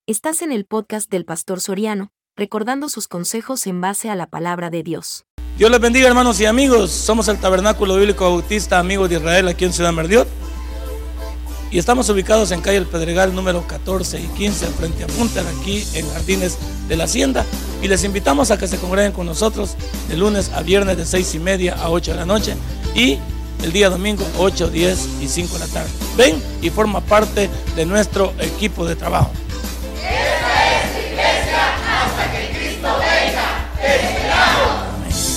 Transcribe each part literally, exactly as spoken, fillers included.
Estás en el podcast del Pastor Soriano, recordando sus consejos en base a la palabra de Dios. Dios les bendiga, hermanos y amigos. Somos el Tabernáculo Bíblico Bautista Amigos de Israel aquí en Ciudad Merdiot. Y estamos ubicados en calle El Pedregal número catorce y quince, frente a Punta, aquí en Jardines de la Hacienda. Y les invitamos a que se congreguen con nosotros de lunes a viernes de seis y media a ocho de la noche. Y el día domingo ocho, diez y cinco de la tarde. Ven y forma parte de nuestro equipo de trabajo. Esta es la iglesia hasta que Cristo venga. ¡Te esperamos!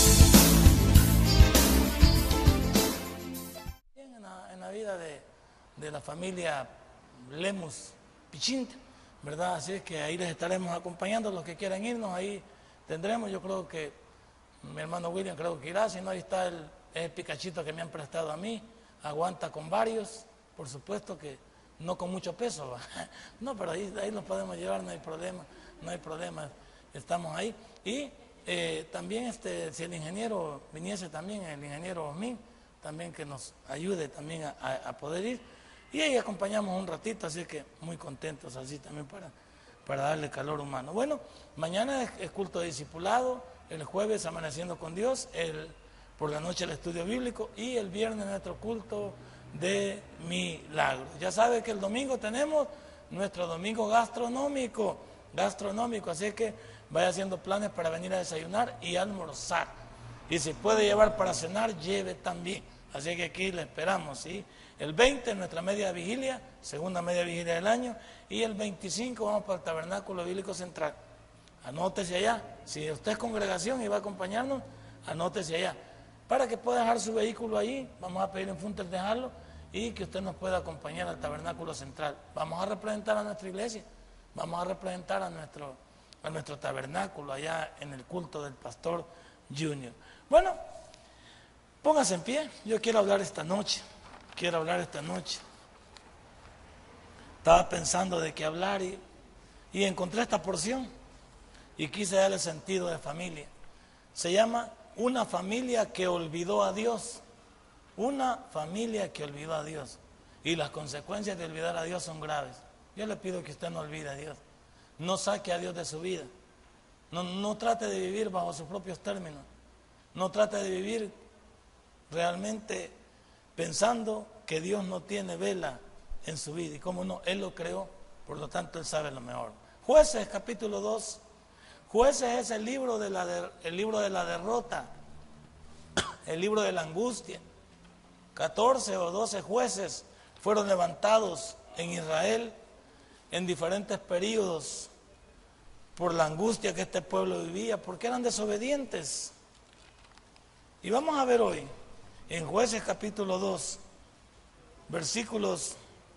En la, en la vida de, de la familia Lemus Pichinta, ¿verdad? Así es que ahí les estaremos acompañando. Los que quieran irnos, ahí tendremos. Yo creo que mi hermano William creo que irá. Si no, ahí está el, el picachito que me han prestado a mí. Aguanta con varios, por supuesto que no con mucho peso, ¿va? No, pero ahí, ahí nos podemos llevar, no hay problema, no hay problema, estamos ahí. Y eh, también este, si el ingeniero viniese también, el ingeniero Osmin, también que nos ayude también a, a, a poder ir. Y ahí acompañamos un ratito, así que muy contentos así también para, para darle calor humano. Bueno, mañana es, es culto de discipulado, el jueves amaneciendo con Dios, el, por la noche el estudio bíblico y el viernes nuestro culto de milagro. Ya sabe que el domingo tenemos nuestro domingo gastronómico, gastronómico, así que vaya haciendo planes para venir a desayunar y almorzar. Y si puede llevar para cenar, lleve también. Así que aquí le esperamos, ¿sí? El veinte, nuestra media vigilia, segunda media vigilia del año, y el veinticinco vamos para el Tabernáculo Bíblico Central. Anótese allá. Si usted es congregación y va a acompañarnos, anótese allá. Para que pueda dejar su vehículo ahí, vamos a pedir en Funter dejarlo y que usted nos pueda acompañar al Tabernáculo Central. Vamos a representar a nuestra iglesia, vamos a representar a nuestro, a nuestro tabernáculo allá en el culto del Pastor Junior. Bueno, póngase en pie, yo quiero hablar esta noche, quiero hablar esta noche. Estaba pensando de qué hablar y, y encontré esta porción y quise darle sentido de familia. Se llama Una familia que olvidó a Dios. Una familia que olvidó a Dios. Y las consecuencias de olvidar a Dios son graves. Yo le pido que usted no olvide a Dios. No saque a Dios de su vida. No, no trate de vivir bajo sus propios términos. No trate de vivir realmente pensando que Dios no tiene vela en su vida. Y cómo no, Él lo creó, por lo tanto Él sabe lo mejor. Jueces capítulo dos. Jueces es el libro de la, de, el libro de la derrota, el libro de la angustia. catorce o doce jueces fueron levantados en Israel en diferentes periodos por la angustia que este pueblo vivía, porque eran desobedientes. Y vamos a ver hoy, en Jueces capítulo dos, versículos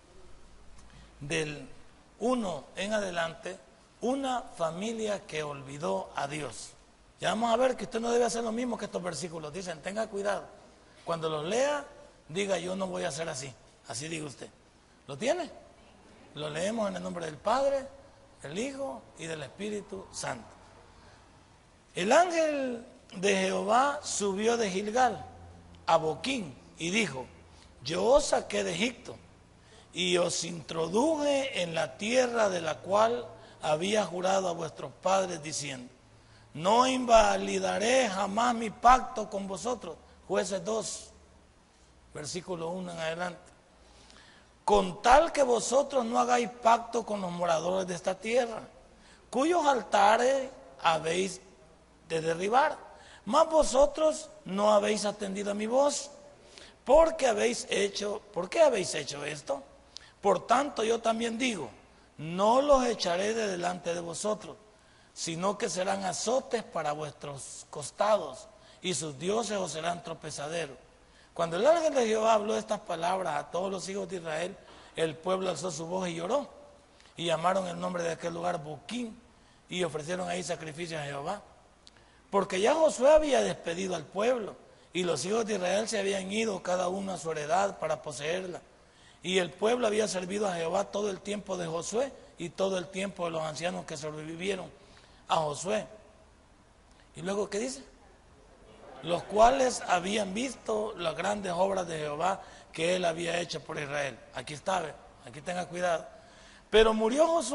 del uno en adelante, una familia que olvidó a Dios. Ya vamos a ver que usted no debe hacer lo mismo que estos versículos dicen. Tenga cuidado. Cuando los lea, diga yo no voy a hacer así. Así diga usted. ¿Lo tiene? Lo leemos en el nombre del Padre, del Hijo y del Espíritu Santo. El ángel de Jehová subió de Gilgal a Boquín y dijo: yo os saqué de Egipto y os introduje en la tierra de la cual había jurado a vuestros padres diciendo: no invalidaré jamás mi pacto con vosotros. Jueces dos, versículo uno en adelante. Con tal que vosotros no hagáis pacto con los moradores de esta tierra, cuyos altares habéis de derribar, mas vosotros no habéis atendido a mi voz. ¿Por qué habéis hecho, por qué habéis hecho esto? Por tanto yo también digo: no los echaré de delante de vosotros, sino que serán azotes para vuestros costados, y sus dioses os serán tropezaderos. Cuando el ángel de Jehová habló estas palabras a todos los hijos de Israel, el pueblo alzó su voz y lloró, y llamaron el nombre de aquel lugar Boquín, y ofrecieron ahí sacrificios a Jehová. Porque ya Josué había despedido al pueblo, y los hijos de Israel se habían ido cada uno a su heredad para poseerla. Y el pueblo había servido a Jehová todo el tiempo de Josué y todo el tiempo de los ancianos que sobrevivieron a Josué. ¿Y luego qué dice? Los cuales habían visto las grandes obras de Jehová que él había hecho por Israel. Aquí está, aquí tenga cuidado. Pero murió Josué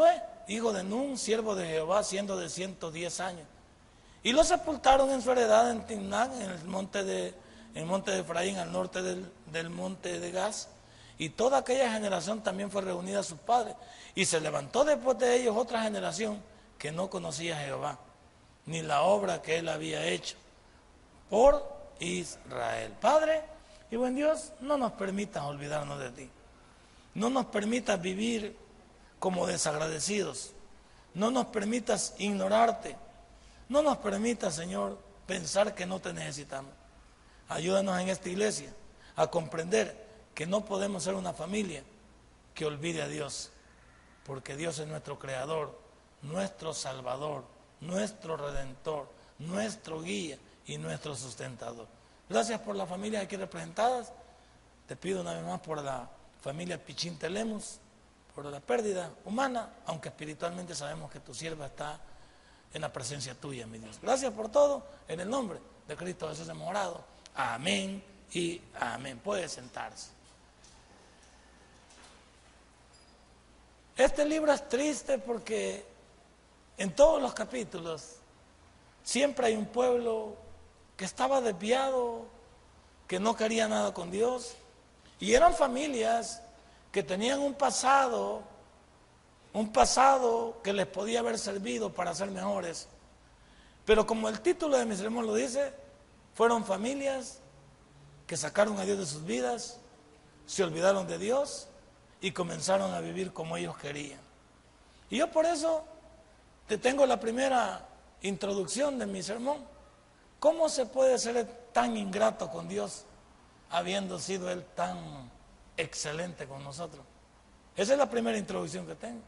hijo de Nun, siervo de Jehová, siendo de ciento diez años. Y lo sepultaron en su heredad en Timnán, en el monte de, en el monte de Efraín, al norte del, del monte de Gaz. Y toda aquella generación también fue reunida a sus padres. Y se levantó después de ellos otra generación que no conocía a Jehová, ni la obra que él había hecho por Israel. Padre y buen Dios, no nos permitas olvidarnos de ti. No nos permitas vivir como desagradecidos. No nos permitas ignorarte. No nos permitas, Señor, pensar que no te necesitamos. Ayúdanos en esta iglesia a comprender que no podemos ser una familia que olvide a Dios, porque Dios es nuestro creador, nuestro salvador, nuestro redentor, nuestro guía y nuestro sustentador. Gracias por las familias aquí representadas. Te pido una vez más por la familia Pichín Telemos, por la pérdida humana, aunque espiritualmente sabemos que tu sierva está en la presencia tuya, mi Dios. Gracias por todo, en el nombre de Cristo Jesús hemos orado. Amén y amén. Puede sentarse. Este libro es triste porque en todos los capítulos siempre hay un pueblo que estaba desviado, que no quería nada con Dios, y eran familias que tenían un pasado, un pasado que les podía haber servido para ser mejores. Pero como el título de mi sermón lo dice, fueron familias que sacaron a Dios de sus vidas, se olvidaron de Dios y comenzaron a vivir como ellos querían. Y yo por eso te tengo la primera introducción de mi sermón. ¿Cómo se puede ser tan ingrato con Dios habiendo sido Él tan excelente con nosotros? Esa es la primera introducción que tengo.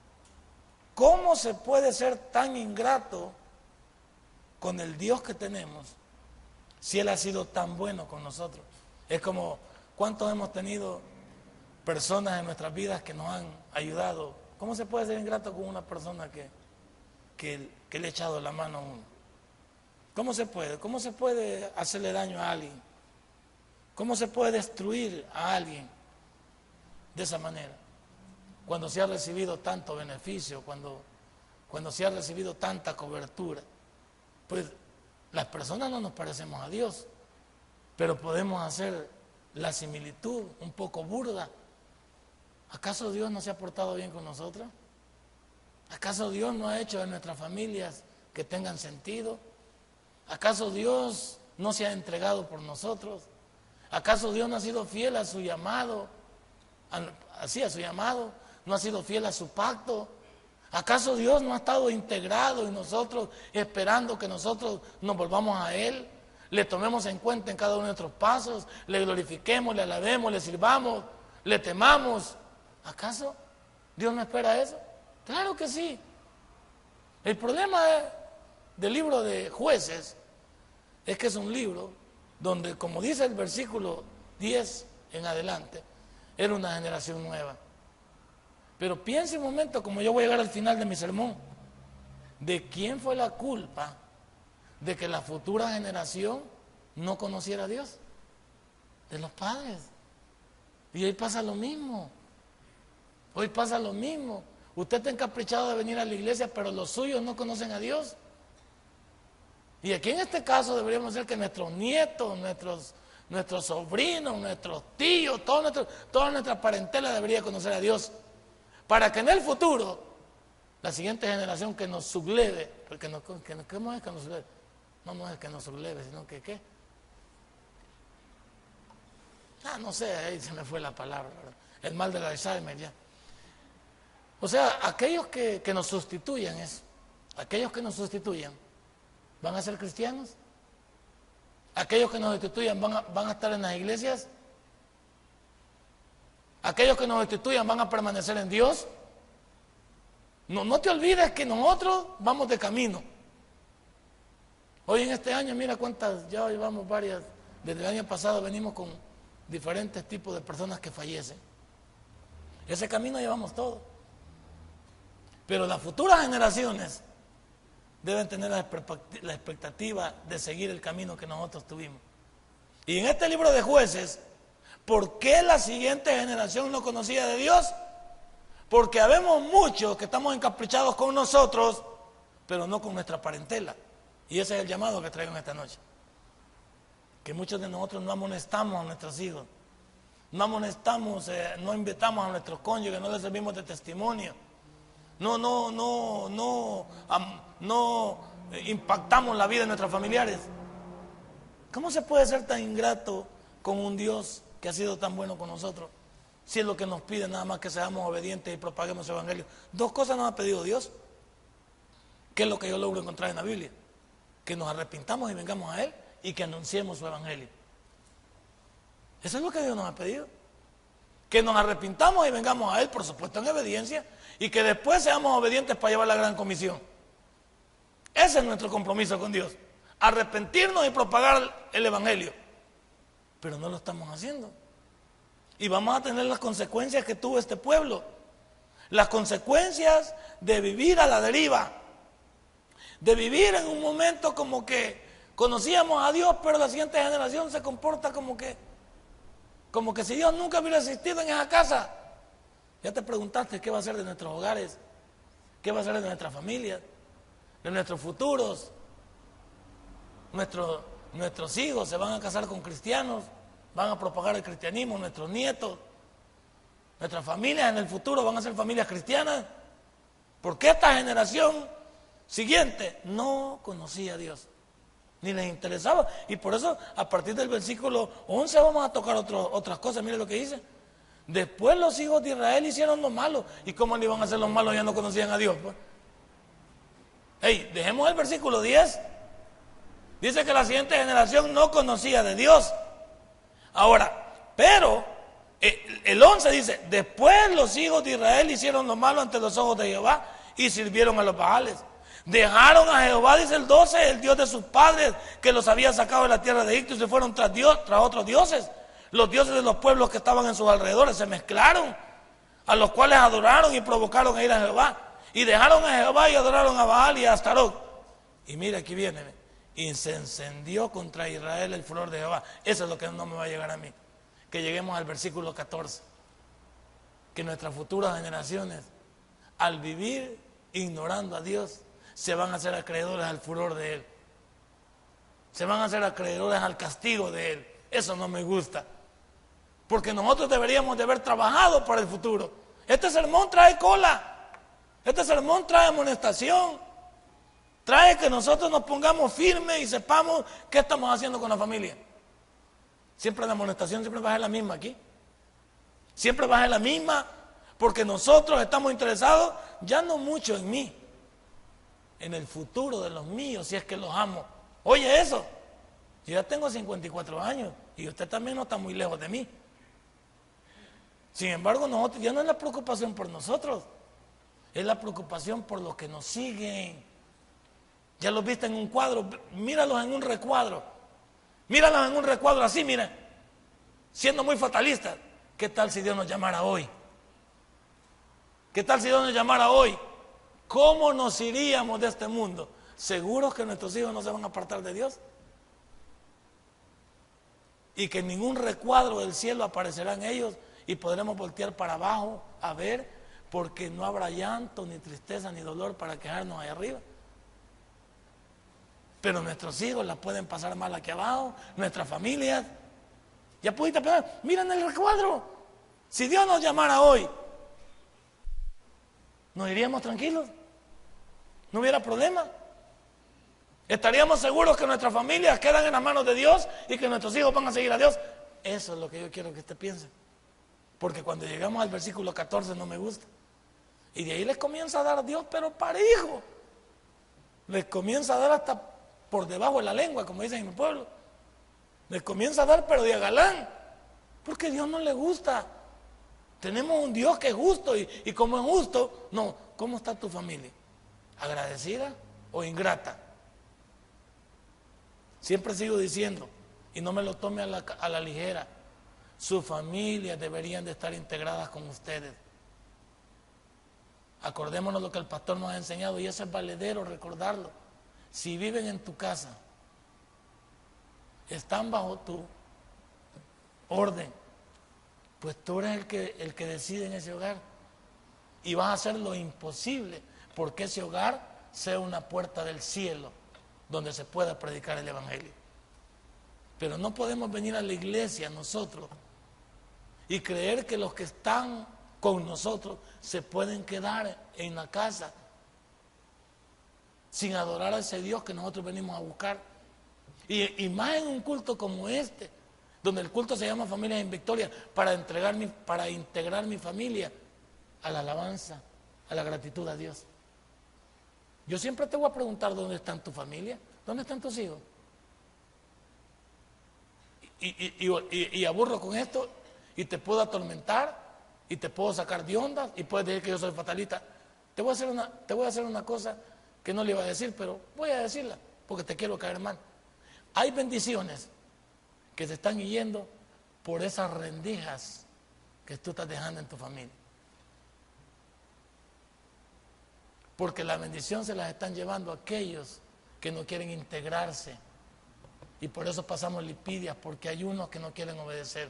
¿Cómo se puede ser tan ingrato con el Dios que tenemos si Él ha sido tan bueno con nosotros? Es como, ¿cuántos hemos tenido personas en nuestras vidas que nos han ayudado? ¿Cómo se puede ser ingrato con una persona que, que, que le ha echado la mano a uno? ¿Cómo se puede? ¿Cómo se puede hacerle daño a alguien? ¿Cómo se puede destruir a alguien de esa manera? Cuando se ha recibido tanto beneficio, cuando, cuando se ha recibido tanta cobertura. Pues las personas no nos parecemos a Dios, pero podemos hacer la similitud un poco burda. ¿Acaso Dios no se ha portado bien con nosotros? ¿Acaso Dios no ha hecho de nuestras familias que tengan sentido? ¿Acaso Dios no se ha entregado por nosotros? ¿Acaso Dios no ha sido fiel a su llamado? Así, a su llamado. ¿No ha sido fiel a su pacto? ¿Acaso Dios no ha estado integrado en nosotros, esperando que nosotros nos volvamos a Él? Le tomemos en cuenta en cada uno de nuestros pasos, le glorifiquemos, le alabemos, le sirvamos, le temamos. ¿Acaso Dios no espera eso? Claro que sí. El problema es, del libro de Jueces es que es un libro donde, como dice el versículo diez en adelante, era una generación nueva. Pero piense un momento, como yo voy a llegar al final de mi sermón, ¿de quién fue la culpa de que la futura generación no conociera a Dios? De los padres. Y hoy pasa lo mismo. Hoy pasa lo mismo. Usted está encaprichado de venir a la iglesia, pero los suyos no conocen a Dios. Y aquí en este caso deberíamos ser que nuestros nietos, nuestros, nuestros sobrinos, nuestros tíos, todo nuestro, toda nuestra parentela debería conocer a Dios. Para que en el futuro, la siguiente generación que nos subleve, porque no, que, ¿cómo es que nos subleve? No, no es que nos subleve, sino que ¿qué? Ah, no sé, ahí se me fue la palabra, ¿verdad? El mal del Alzheimer ya. O sea, aquellos que, que nos sustituyan eso, aquellos que nos sustituyan, ¿van a ser cristianos? Aquellos que nos sustituyan, ¿van a, van a estar en las iglesias? Aquellos que nos destituyan van a permanecer en Dios. No, no te olvides que nosotros vamos de camino. Hoy en este año, mira cuántas, ya llevamos varias, desde el año pasado venimos con diferentes tipos de personas que fallecen. Ese camino llevamos todo. Pero las futuras generaciones deben tener la expectativa de seguir el camino que nosotros tuvimos. Y en este libro de Jueces, ¿por qué la siguiente generación no conocía de Dios? Porque habemos muchos que estamos encaprichados con nosotros, pero no con nuestra parentela. Y ese es el llamado que traigo en esta noche. Que muchos de nosotros no amonestamos a nuestros hijos, no amonestamos, eh, no invitamos a nuestros cónyuges, no les servimos de testimonio, no, no, no, no, am, no eh, impactamos la vida de nuestros familiares. ¿Cómo se puede ser tan ingrato con un Dios que ha sido tan bueno con nosotros? Si es lo que nos pide nada más que seamos obedientes y propaguemos su evangelio. Dos cosas nos ha pedido Dios. ¿Qué es lo que yo logro encontrar en la Biblia? Que nos arrepintamos y vengamos a Él y que anunciemos su evangelio. Eso es lo que Dios nos ha pedido. Que nos arrepintamos y vengamos a Él, por supuesto en obediencia, y que después seamos obedientes para llevar la gran comisión. Ese es nuestro compromiso con Dios. Arrepentirnos y propagar el evangelio. Pero no lo estamos haciendo. Y vamos a tener las consecuencias que tuvo este pueblo. Las consecuencias de vivir a la deriva. De vivir en un momento como que conocíamos a Dios, pero la siguiente generación se comporta como que como que si Dios nunca hubiera existido en esa casa. Ya te preguntaste qué va a ser de nuestros hogares, qué va a ser de nuestras familias, de nuestros futuros. Nuestros, nuestros hijos se van a casar con cristianos, van a propagar el cristianismo, nuestros nietos, nuestras familias en el futuro van a ser familias cristianas, porque esta generación siguiente no conocía a Dios, ni les interesaba, y por eso a partir del versículo once vamos a tocar otro, otras cosas. Mire lo que dice: después los hijos de Israel hicieron lo malo. ¿Y cómo le iban a hacer los malos? Ya no conocían a Dios, pues. Hey, dejemos el versículo diez. Dice que la siguiente generación no conocía de Dios. Ahora, pero el, el once dice: después los hijos de Israel hicieron lo malo ante los ojos de Jehová y sirvieron a los Baales. Dejaron a Jehová, dice el doce, el Dios de sus padres, que los había sacado de la tierra de Egipto, y se fueron tras Dios, tras otros dioses. Los dioses de los pueblos que estaban en sus alrededores se mezclaron, a los cuales adoraron y provocaron a ir a Jehová. Y dejaron a Jehová y adoraron a Baal y a Astarot. Y mira, aquí viene: y se encendió contra Israel el furor de Jehová. Eso es lo que no me va a llegar a mí. Que lleguemos al versículo catorce. Que nuestras futuras generaciones, al vivir ignorando a Dios, se van a hacer acreedores al furor de Él. Se van a hacer acreedores al castigo de Él. Eso no me gusta. Porque nosotros deberíamos de haber trabajado para el futuro. Este sermón trae cola. Este sermón trae amonestación. Trae que nosotros nos pongamos firmes y sepamos qué estamos haciendo con la familia. Siempre la amonestación siempre va a ser la misma aquí. Siempre va a ser la misma, porque nosotros estamos interesados ya no mucho en mí, en el futuro de los míos, si es que los amo. Oye eso, yo ya tengo cincuenta y cuatro años y usted también no está muy lejos de mí. Sin embargo, nosotros, ya no es la preocupación por nosotros, es la preocupación por los que nos siguen. Ya los viste en un cuadro, míralos en un recuadro, míralos en un recuadro así, mira, siendo muy fatalistas. ¿Qué tal si Dios nos llamara hoy? ¿Qué tal si Dios nos llamara hoy? ¿Cómo nos iríamos de este mundo? ¿Seguros que nuestros hijos no se van a apartar de Dios? Y que en ningún recuadro del cielo aparecerán ellos y podremos voltear para abajo a ver, porque no habrá llanto, ni tristeza, ni dolor para quejarnos ahí arriba. Pero nuestros hijos la pueden pasar mal aquí abajo, nuestras familias. Ya pudiste pensar, miren el recuadro. Si Dios nos llamara hoy, ¿nos iríamos tranquilos? ¿No hubiera problema? ¿Estaríamos seguros que nuestras familias quedan en las manos de Dios y que nuestros hijos van a seguir a Dios? Eso es lo que yo quiero que usted piense. Porque cuando llegamos al versículo catorce no me gusta. Y de ahí les comienza a dar a Dios, pero parejo. Les comienza a dar hasta por debajo de la lengua, como dicen en mi pueblo. Les comienza a dar, pero de a galán. Porque a Dios no le gusta. Tenemos un Dios que es justo, y, y como es justo, no. ¿Cómo está tu familia? ¿Agradecida o ingrata? Siempre sigo diciendo, y no me lo tome a la, a la ligera, sus familias deberían de estar integradas con ustedes. Acordémonos lo que el pastor nos ha enseñado, y eso es valedero recordarlo. Si viven en tu casa, están bajo tu orden, pues tú eres el que, el que decide en ese hogar. y vas a hacer lo imposible porque ese hogar sea una puerta del cielo donde se pueda predicar el evangelio. Pero no podemos venir a la iglesia nosotros y creer que los que están con nosotros se pueden quedar en la casa sin adorar a ese Dios que nosotros venimos a buscar. Y, y más en un culto como este, donde el culto se llama Familias en Victoria, para, entregar mi, para integrar mi familia a la alabanza, a la gratitud a Dios. Yo siempre te voy a preguntar dónde están tu familia, dónde están tus hijos. Y, y, y, y, y aburro con esto y te puedo atormentar y te puedo sacar de ondas y puedes decir que yo soy fatalista. Te voy a hacer una, te voy a hacer una cosa que no le iba a decir, pero voy a decirla porque te quiero caer mal. Hay bendiciones que se están yendo por esas rendijas que tú estás dejando en tu familia. Porque la bendición se las están llevando aquellos que no quieren integrarse. Y por eso pasamos lipidias, porque hay unos que no quieren obedecer.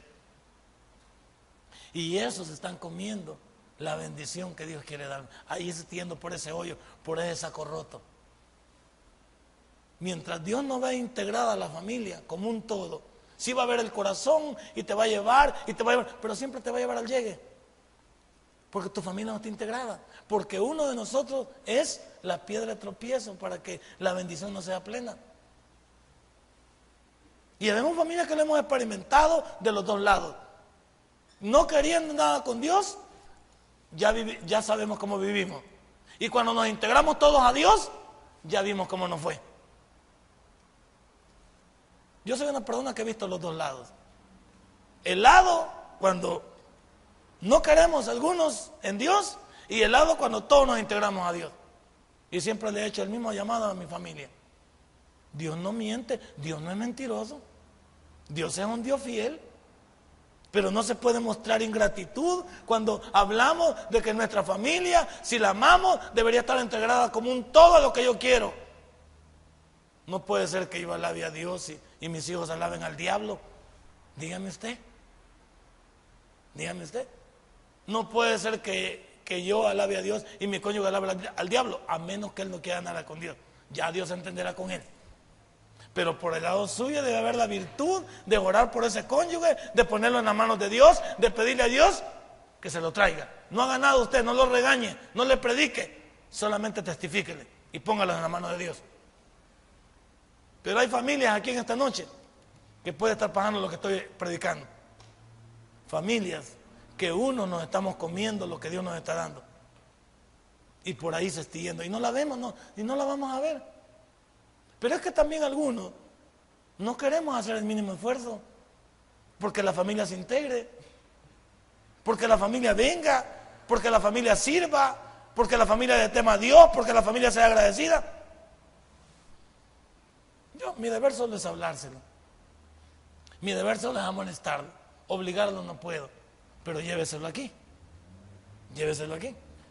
Y esos están comiendo la bendición que Dios quiere dar. Ahí se yendo por ese hoyo, por ese saco roto. Mientras Dios no vea integrada la familia como un todo, sí va a ver el corazón y te va a llevar, y te va a llevar, pero siempre te va a llevar al llegue. Porque tu familia no está integrada. Porque uno de nosotros es la piedra de tropiezo para que la bendición no sea plena. Y vemos familias que lo hemos experimentado de los dos lados. No queriendo nada con Dios, ya, vivi, ya sabemos cómo vivimos. Y cuando nos integramos todos a Dios, ya vimos cómo nos fue. Yo soy una persona que he visto los dos lados. El lado cuando no queremos algunos en Dios, y el lado cuando todos nos integramos a Dios. Y siempre le he hecho el mismo llamado a mi familia. Dios no miente, Dios no es mentiroso. Dios es un Dios fiel. Pero no se puede mostrar ingratitud cuando hablamos de que nuestra familia, si la amamos, debería estar integrada como un todo a lo que yo quiero. No puede ser que yo alabe a Dios y, y mis hijos alaben al diablo. Dígame usted. Dígame usted. No puede ser que, que yo alabe a Dios y mi cónyuge alabe al, al diablo, a menos que él no quiera nada con Dios. Ya Dios entenderá con él. Pero por el lado suyo debe haber la virtud de orar por ese cónyuge, de ponerlo en las manos de Dios, de pedirle a Dios que se lo traiga. No haga nada usted, no lo regañe, no le predique, solamente testifíquele y póngalo en las manos de Dios. Pero hay familias aquí en esta noche que puede estar pasando lo que estoy predicando. Familias que uno nos estamos comiendo lo que Dios nos está dando. Y por ahí se está yendo. Y no la vemos, no, y no la vamos a ver. Pero es que también algunos no queremos hacer el mínimo esfuerzo porque la familia se integre, porque la familia venga, porque la familia sirva, porque la familia le tema a Dios, porque la familia sea agradecida. Yo, mi deber solo es hablárselo. Mi deber solo es amonestarlo. Obligarlo no puedo, pero lléveselo aquí. Lléveselo aquí.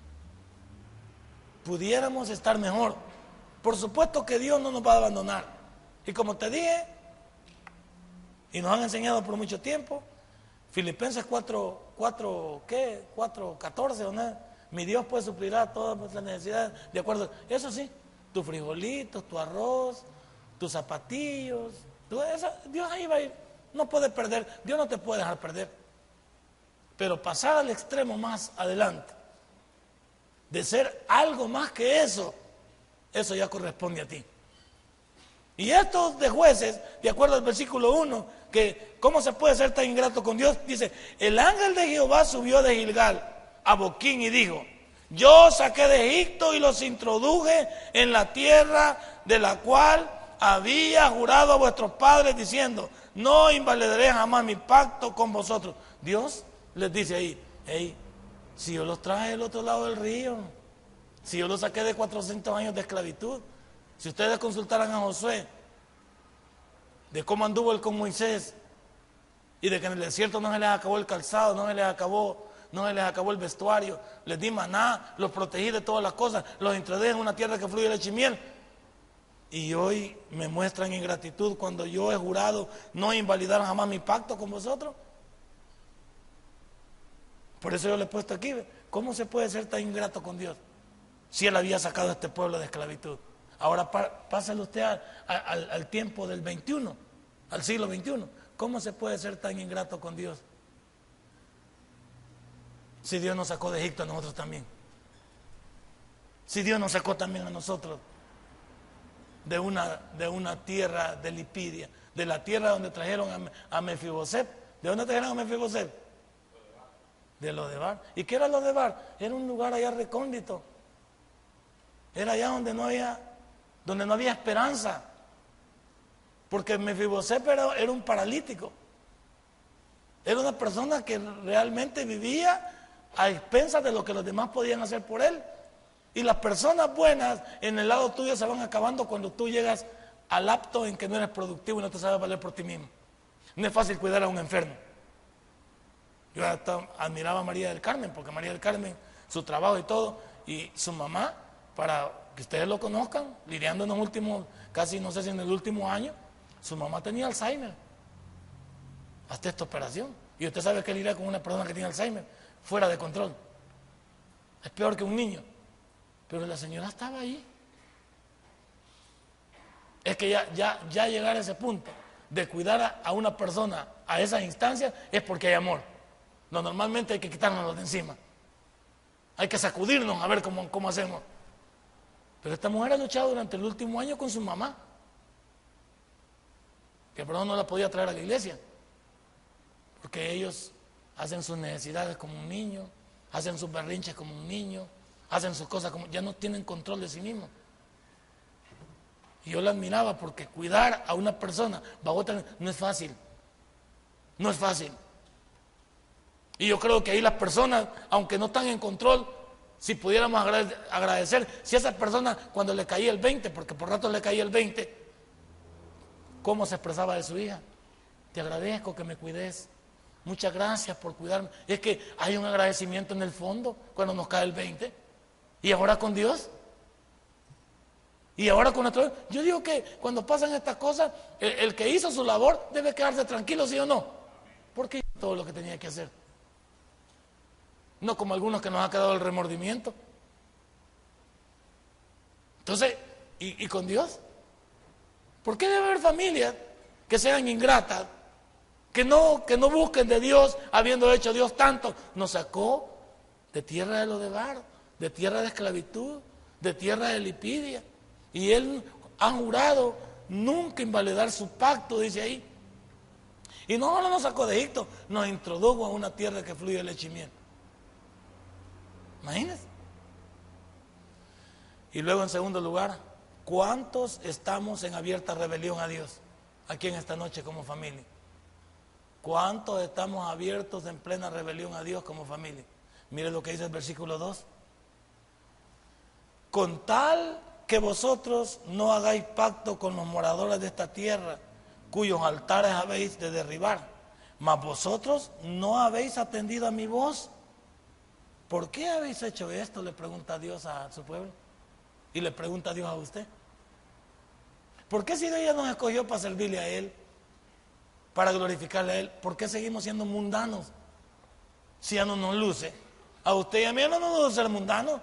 Pudiéramos estar mejor. Por supuesto que Dios no nos va a abandonar. Y como te dije, y nos han enseñado por mucho tiempo, Filipenses cuatro, cuatro, ¿qué? cuatro, catorce, ¿o no? Mi Dios pues suplirá todas nuestras necesidades de acuerdo. Eso sí, tus frijolitos, tu arroz, tus zapatillos, tu, eso, Dios ahí va a ir. No puede perder, Dios no te puede dejar perder. Pero pasar al extremo más adelante, de ser algo más que eso, eso ya corresponde a ti. Y estos de Jueces, de acuerdo al versículo uno, que cómo se puede ser tan ingrato con Dios, dice: el ángel de Jehová subió de Gilgal a Boquín y dijo: yo saqué de Egipto y los introduje en la tierra de la cual había jurado a vuestros padres diciendo: no invalidaré jamás mi pacto con vosotros. Dios les dice ahí: hey, si yo los traje del otro lado del río, si yo los saqué de cuatrocientos años de esclavitud, si ustedes consultaran a Josué de cómo anduvo él con Moisés y de que en el desierto no se les acabó el calzado, no se les acabó, no se les acabó el vestuario, les di maná, los protegí de todas las cosas, los introduje en una tierra que fluye leche y miel. Y hoy me muestran ingratitud cuando yo he jurado no invalidar jamás mi pacto con vosotros. Por eso yo le he puesto aquí: ¿Cómo se puede ser tan ingrato con Dios si Él había sacado a este pueblo de esclavitud? Ahora pásale usted a, a, al, al tiempo del veintiuno, al siglo veintiuno. ¿Cómo se puede ser tan ingrato con Dios? Si Dios nos sacó de Egipto a nosotros también. Si Dios nos sacó también a nosotros de una, de una tierra de Lipidia, de la tierra donde trajeron a, a Mefiboset. ¿De dónde trajeron a Mefiboset? De Lodebar. ¿Y qué era Lodebar? Era un lugar allá recóndito. Era allá donde no había, donde no había esperanza. Porque Mefiboset era, era un paralítico. Era una persona que realmente vivía a expensas de lo que los demás podían hacer por él. Y las personas buenas en el lado tuyo se van acabando cuando tú llegas al apto en que no eres productivo y no te sabes valer por ti mismo. No es fácil cuidar a un enfermo. Yo hasta admiraba a María del Carmen, porque María del Carmen, su trabajo y todo, y su mamá, para que ustedes lo conozcan, lidiando en los últimos, casi no sé si en el último año, su mamá tenía Alzheimer. Hasta esta operación. Y usted sabe que lidiar con una persona que tiene Alzheimer, fuera de control. Es peor que un niño. Pero la señora estaba ahí. Es que ya, ya, ya llegar a ese punto de cuidar a, a una persona a esas instancias es porque hay amor. No, normalmente hay que quitarnos de encima. Hay que sacudirnos a ver cómo, cómo hacemos. Pero esta mujer ha luchado durante el último año con su mamá, que por eso no la podía traer a la iglesia, porque ellos hacen sus necesidades como un niño, hacen sus berrinches como un niño, hacen sus cosas como, ya no tienen control de sí mismos. Y yo la admiraba porque cuidar a una persona bajo otra no es fácil, no es fácil. Y yo creo que ahí las personas, aunque no están en control, si pudiéramos agradecer, si a esa persona cuando le caía el veinte, porque por rato le caía el veinte, ¿cómo se expresaba de su hija? Te agradezco que me cuides, muchas gracias por cuidarme. Es que hay un agradecimiento en el fondo cuando nos cae el veinte. Y ahora con Dios, y ahora con nuestro... Yo digo que cuando pasan estas cosas, el, el que hizo su labor debe quedarse tranquilo, ¿sí o no? Porque hizo todo lo que tenía que hacer. No como algunos que nos ha quedado el remordimiento. Entonces, ¿y, y con Dios? ¿Por qué debe haber familias que sean ingratas, que no, que no busquen de Dios, habiendo hecho Dios tanto? Nos sacó de tierra de Lodebar, de tierra de esclavitud, de tierra de Lipidia, y Él ha jurado nunca invalidar su pacto, dice ahí. Y no solo nos sacó de Egipto, nos introdujo a una tierra que fluye leche y miel. Imagínense. Y luego, en segundo lugar, ¿cuántos estamos en abierta rebelión a Dios aquí en esta noche como familia? ¿Cuántos estamos abiertos en plena rebelión a Dios como familia? Mire lo que dice el versículo dos. Con tal que vosotros no hagáis pacto con los moradores de esta tierra, cuyos altares habéis de derribar, mas vosotros no habéis atendido a mi voz. ¿Por qué habéis hecho esto? Le pregunta Dios a su pueblo. Y le pregunta Dios a usted. ¿Por qué si Dios ya nos escogió para servirle a Él, para glorificarle a Él, por qué seguimos siendo mundanos si ya no nos luce? A usted y a mí no nos luce ser mundano.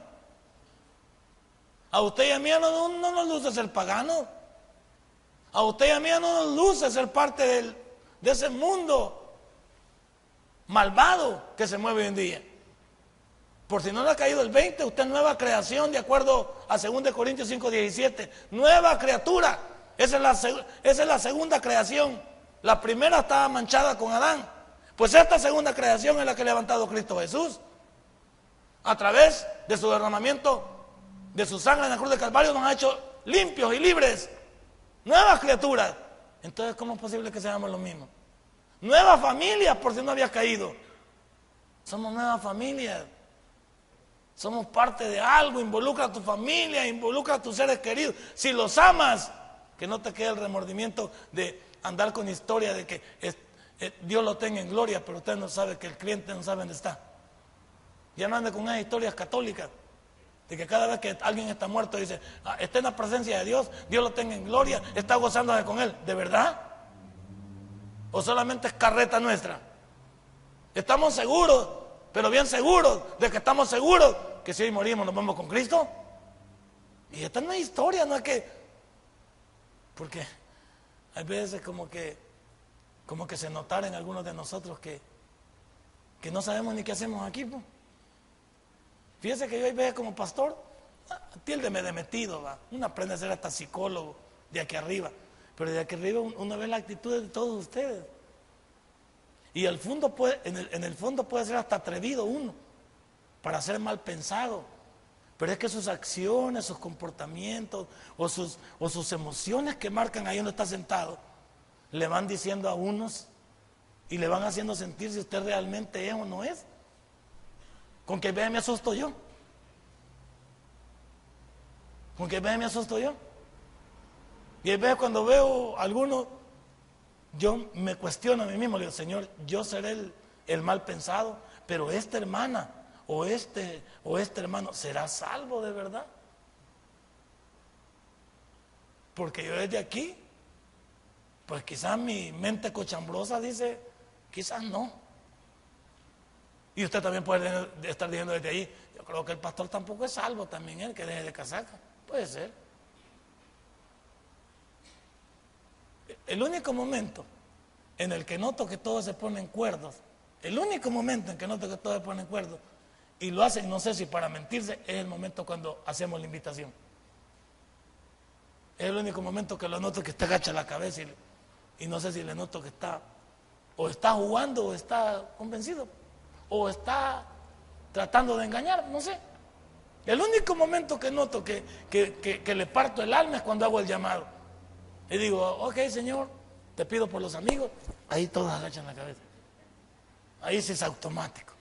A usted y a mí no, no, no nos luce ser pagano. A usted y a mí no nos luce ser parte del, de ese mundo malvado que se mueve hoy en día. Por si no le ha caído el veinte, usted es nueva creación de acuerdo a segunda Corintios cinco diecisiete. Nueva criatura. Esa es, la, esa es la segunda creación. La primera estaba manchada con Adán. Pues esta segunda creación es la que ha levantado Cristo Jesús. A través de su derramamiento de su sangre en la cruz del Calvario nos ha hecho limpios y libres. Nuevas criaturas. Entonces, ¿cómo es posible que seamos los mismos? Nuevas familias, por si no había caído. Somos nuevas familias. Somos parte de algo. Involucra a tu familia, involucra a tus seres queridos. Si los amas, que no te quede el remordimiento de andar con historia de que es, eh, Dios lo tenga en gloria, pero usted no sabe que el cliente no sabe dónde está. Ya no ande con esas historias católicas de que cada vez que alguien está muerto dice, ah, está en la presencia de Dios, Dios lo tenga en gloria, está gozándose con Él. ¿De verdad? ¿O solamente es carreta nuestra? ¿Estamos seguros pero bien seguros de que estamos seguros que si hoy morimos nos vamos con Cristo. Y esta no es historia, no es que, porque hay veces como que, como que se notara en algunos de nosotros que, que no sabemos ni qué hacemos aquí, pues. Fíjese que yo hay veces como pastor, tiéldeme de metido, va. Uno aprende a ser hasta psicólogo de aquí arriba, pero de aquí arriba uno ve la actitud de todos ustedes. Y el fondo puede, en, el, en el fondo puede ser hasta atrevido uno, para ser mal pensado. Pero es que sus acciones, sus comportamientos o sus, o sus emociones que marcan ahí donde está sentado, le van diciendo a unos y le van haciendo sentir si usted realmente es o no es. Con que vea me asusto yo. Con que vea me asusto yo. Y a veces cuando veo a alguno, yo me cuestiono a mí mismo, le digo, Señor, yo seré el, el mal pensado, pero esta hermana o este o este hermano será salvo de verdad. Porque yo desde aquí, pues quizás mi mente cochambrosa dice, quizás no. Y usted también puede estar diciendo desde ahí, yo creo que el pastor tampoco es salvo, también él que deje de casaca. Puede ser. El único momento en el que noto que todos se ponen cuerdos, el único momento en que noto que todos se ponen cuerdos, y lo hacen, no sé si para mentirse, es el momento cuando hacemos la invitación. Es el único momento que lo noto que está agacha la cabeza y, y no sé si le noto que está, o está jugando o está convencido, o está tratando de engañar, no sé. El único momento que noto que, que, que, que le parto el alma es cuando hago el llamado. Y digo, ok, Señor, te pido por los amigos. Ahí todos agachan la cabeza. Ahí sí es automático.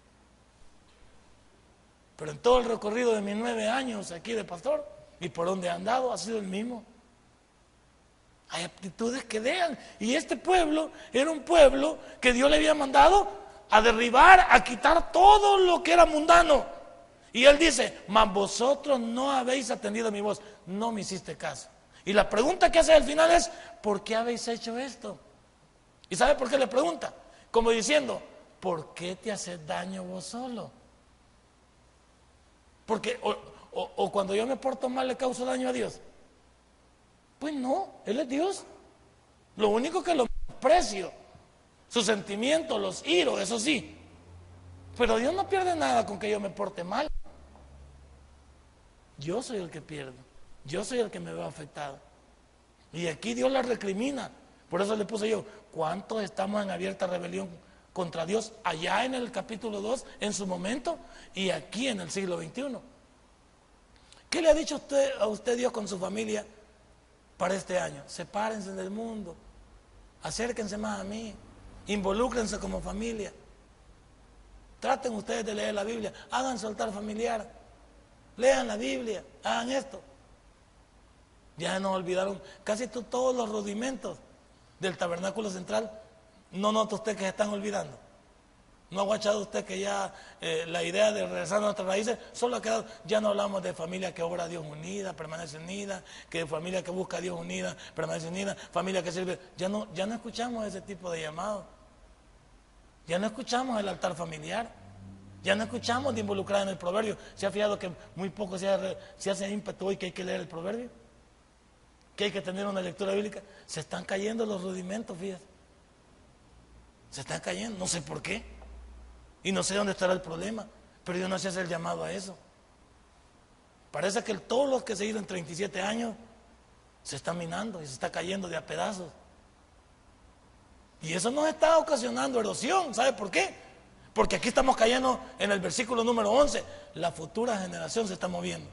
Pero en todo el recorrido de mis nueve años aquí de pastor y por donde he andado ha sido el mismo. Hay actitudes que dejan. Y este pueblo era un pueblo que Dios le había mandado a derribar, a quitar todo lo que era mundano. Y él dice, mas vosotros no habéis atendido mi voz, no me hiciste caso. Y la pregunta que hace al final es, ¿por qué habéis hecho esto? ¿Y sabe por qué le pregunta? Como diciendo, ¿por qué te haces daño vos solo? Porque, o, o, o cuando yo me porto mal le causo daño a Dios. Pues no, Él es Dios. Lo único que lo aprecio, sus sentimientos, los hiro, eso sí. Pero Dios no pierde nada con que yo me porte mal. Yo soy el que pierdo. Yo soy el que me veo afectado. Y aquí Dios la recrimina. Por eso le puse yo, ¿cuántos estamos en abierta rebelión contra Dios allá en el capítulo dos, en su momento, y aquí en el siglo veintiuno? ¿Qué le ha dicho usted, a usted Dios con su familia para este año? Sepárense del mundo, acérquense más a mí, involúcrense como familia, traten ustedes de leer la Biblia, hagan su altar familiar, lean la Biblia, hagan esto. Ya nos olvidaron casi todos los rudimentos del tabernáculo central. ¿No nota usted que se están olvidando? ¿No ha guachado usted que ya eh, la idea de regresar a nuestras raíces solo ha quedado? Ya no hablamos de familia que obra a Dios unida, permanece unida, que familia que busca a Dios unida, permanece unida, familia que sirve. Ya no, ya no escuchamos ese tipo de llamados. Ya no escuchamos el altar familiar. Ya no escuchamos de involucrar en el proverbio. ¿Se ha fijado que muy poco se hace, se hace ímpetu hoy que hay que leer el proverbio? Que hay que tener una lectura bíblica. Se están cayendo los rudimentos, fíjate. Se están cayendo, no sé por qué. Y no sé dónde estará el problema. Pero Dios no se hace el llamado a eso. Parece que todos los que se iban en treinta y siete años se están minando y se está cayendo de a pedazos. Y eso nos está ocasionando erosión. ¿Sabe por qué? Porque aquí estamos cayendo en el versículo número once. La futura generación se está moviendo.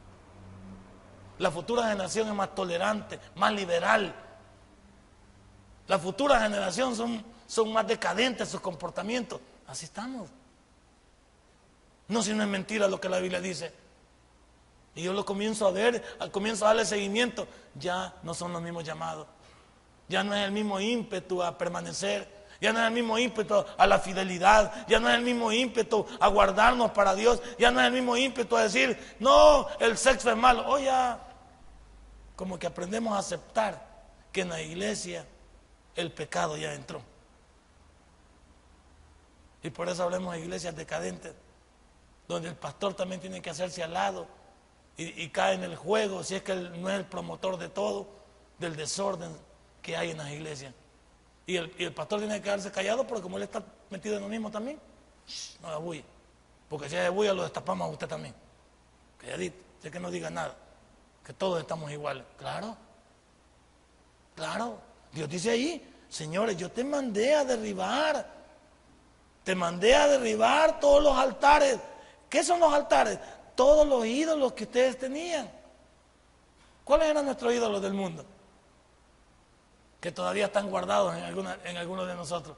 La futura generación es más tolerante, más liberal. La futura generación son, son más decadentes sus comportamientos. Así estamos. No, si no es mentira lo que la Biblia dice. Y yo lo comienzo a ver, comienzo a darle seguimiento. Ya no son los mismos llamados. Ya no es el mismo ímpetu a permanecer. Ya no es el mismo ímpetu a la fidelidad. Ya no es el mismo ímpetu a guardarnos para Dios. Ya no es el mismo ímpetu a decir, no, el sexo es malo. Oh, ya. Como que aprendemos a aceptar que en la iglesia el pecado ya entró. Y por eso hablemos de iglesias decadentes, donde el pastor también tiene que hacerse al lado y, y cae en el juego, si es que él no es el promotor de todo, del desorden que hay en las iglesias. Y el, y el pastor tiene que quedarse callado porque como él está metido en lo mismo también, shh, no da bulla. Porque si hay bulla lo destapamos a usted también. Calladito, sé que no diga nada, que todos estamos iguales. Claro, claro. Dios dice ahí, señores, yo te mandé a derribar, te mandé a derribar todos los altares. ¿Qué son los altares? Todos los ídolos que ustedes tenían. ¿Cuáles eran nuestros ídolos del mundo? Que todavía están guardados en, alguna, en algunos de nosotros.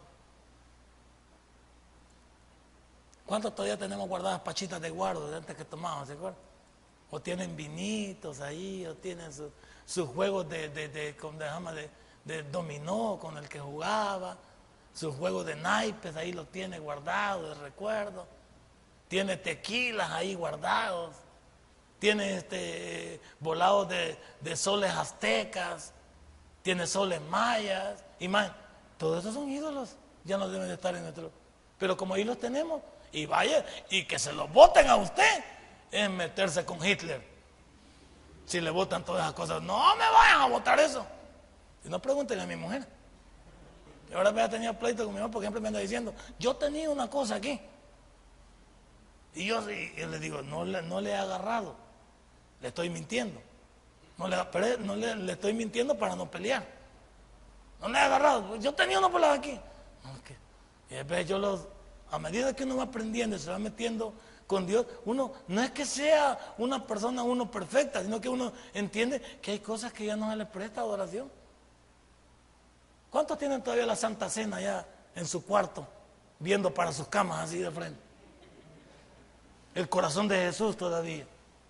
¿Cuántos todavía tenemos guardadas pachitas de guardo de antes que tomábamos, ¿se acuerdan? O tienen vinitos ahí, o tienen sus su juegos de, de, de, con, de, de, de dominó con el que jugaba, sus juegos de naipes ahí los tiene guardados de recuerdo, tiene tequilas ahí guardados, tiene este, volados de, de soles aztecas, tiene soles mayas, y más, todos esos son ídolos, ya no deben de estar en nuestro, pero como ahí los tenemos, y vaya, y que se los voten a usted, es meterse con Hitler. Si le votan todas esas cosas, no me vayan a votar eso. Y no pregunten a mi mujer. Y ahora me ha tenido pleito con mi mamá porque siempre me anda diciendo, yo tenía una cosa aquí. Y yo, y yo le digo, no, no le he agarrado, le estoy mintiendo. No le, pero no le, le estoy mintiendo para no pelear. No le he agarrado, yo tenía una pelada aquí. No, es que, y después yo los, a medida que uno va aprendiendo y se va metiendo con Dios, uno no es que sea una persona uno perfecta, sino que uno entiende que hay cosas que ya no se le presta adoración. ¿Cuántos tienen todavía la Santa Cena allá en su cuarto, viendo para sus camas así de frente? El corazón de Jesús todavía.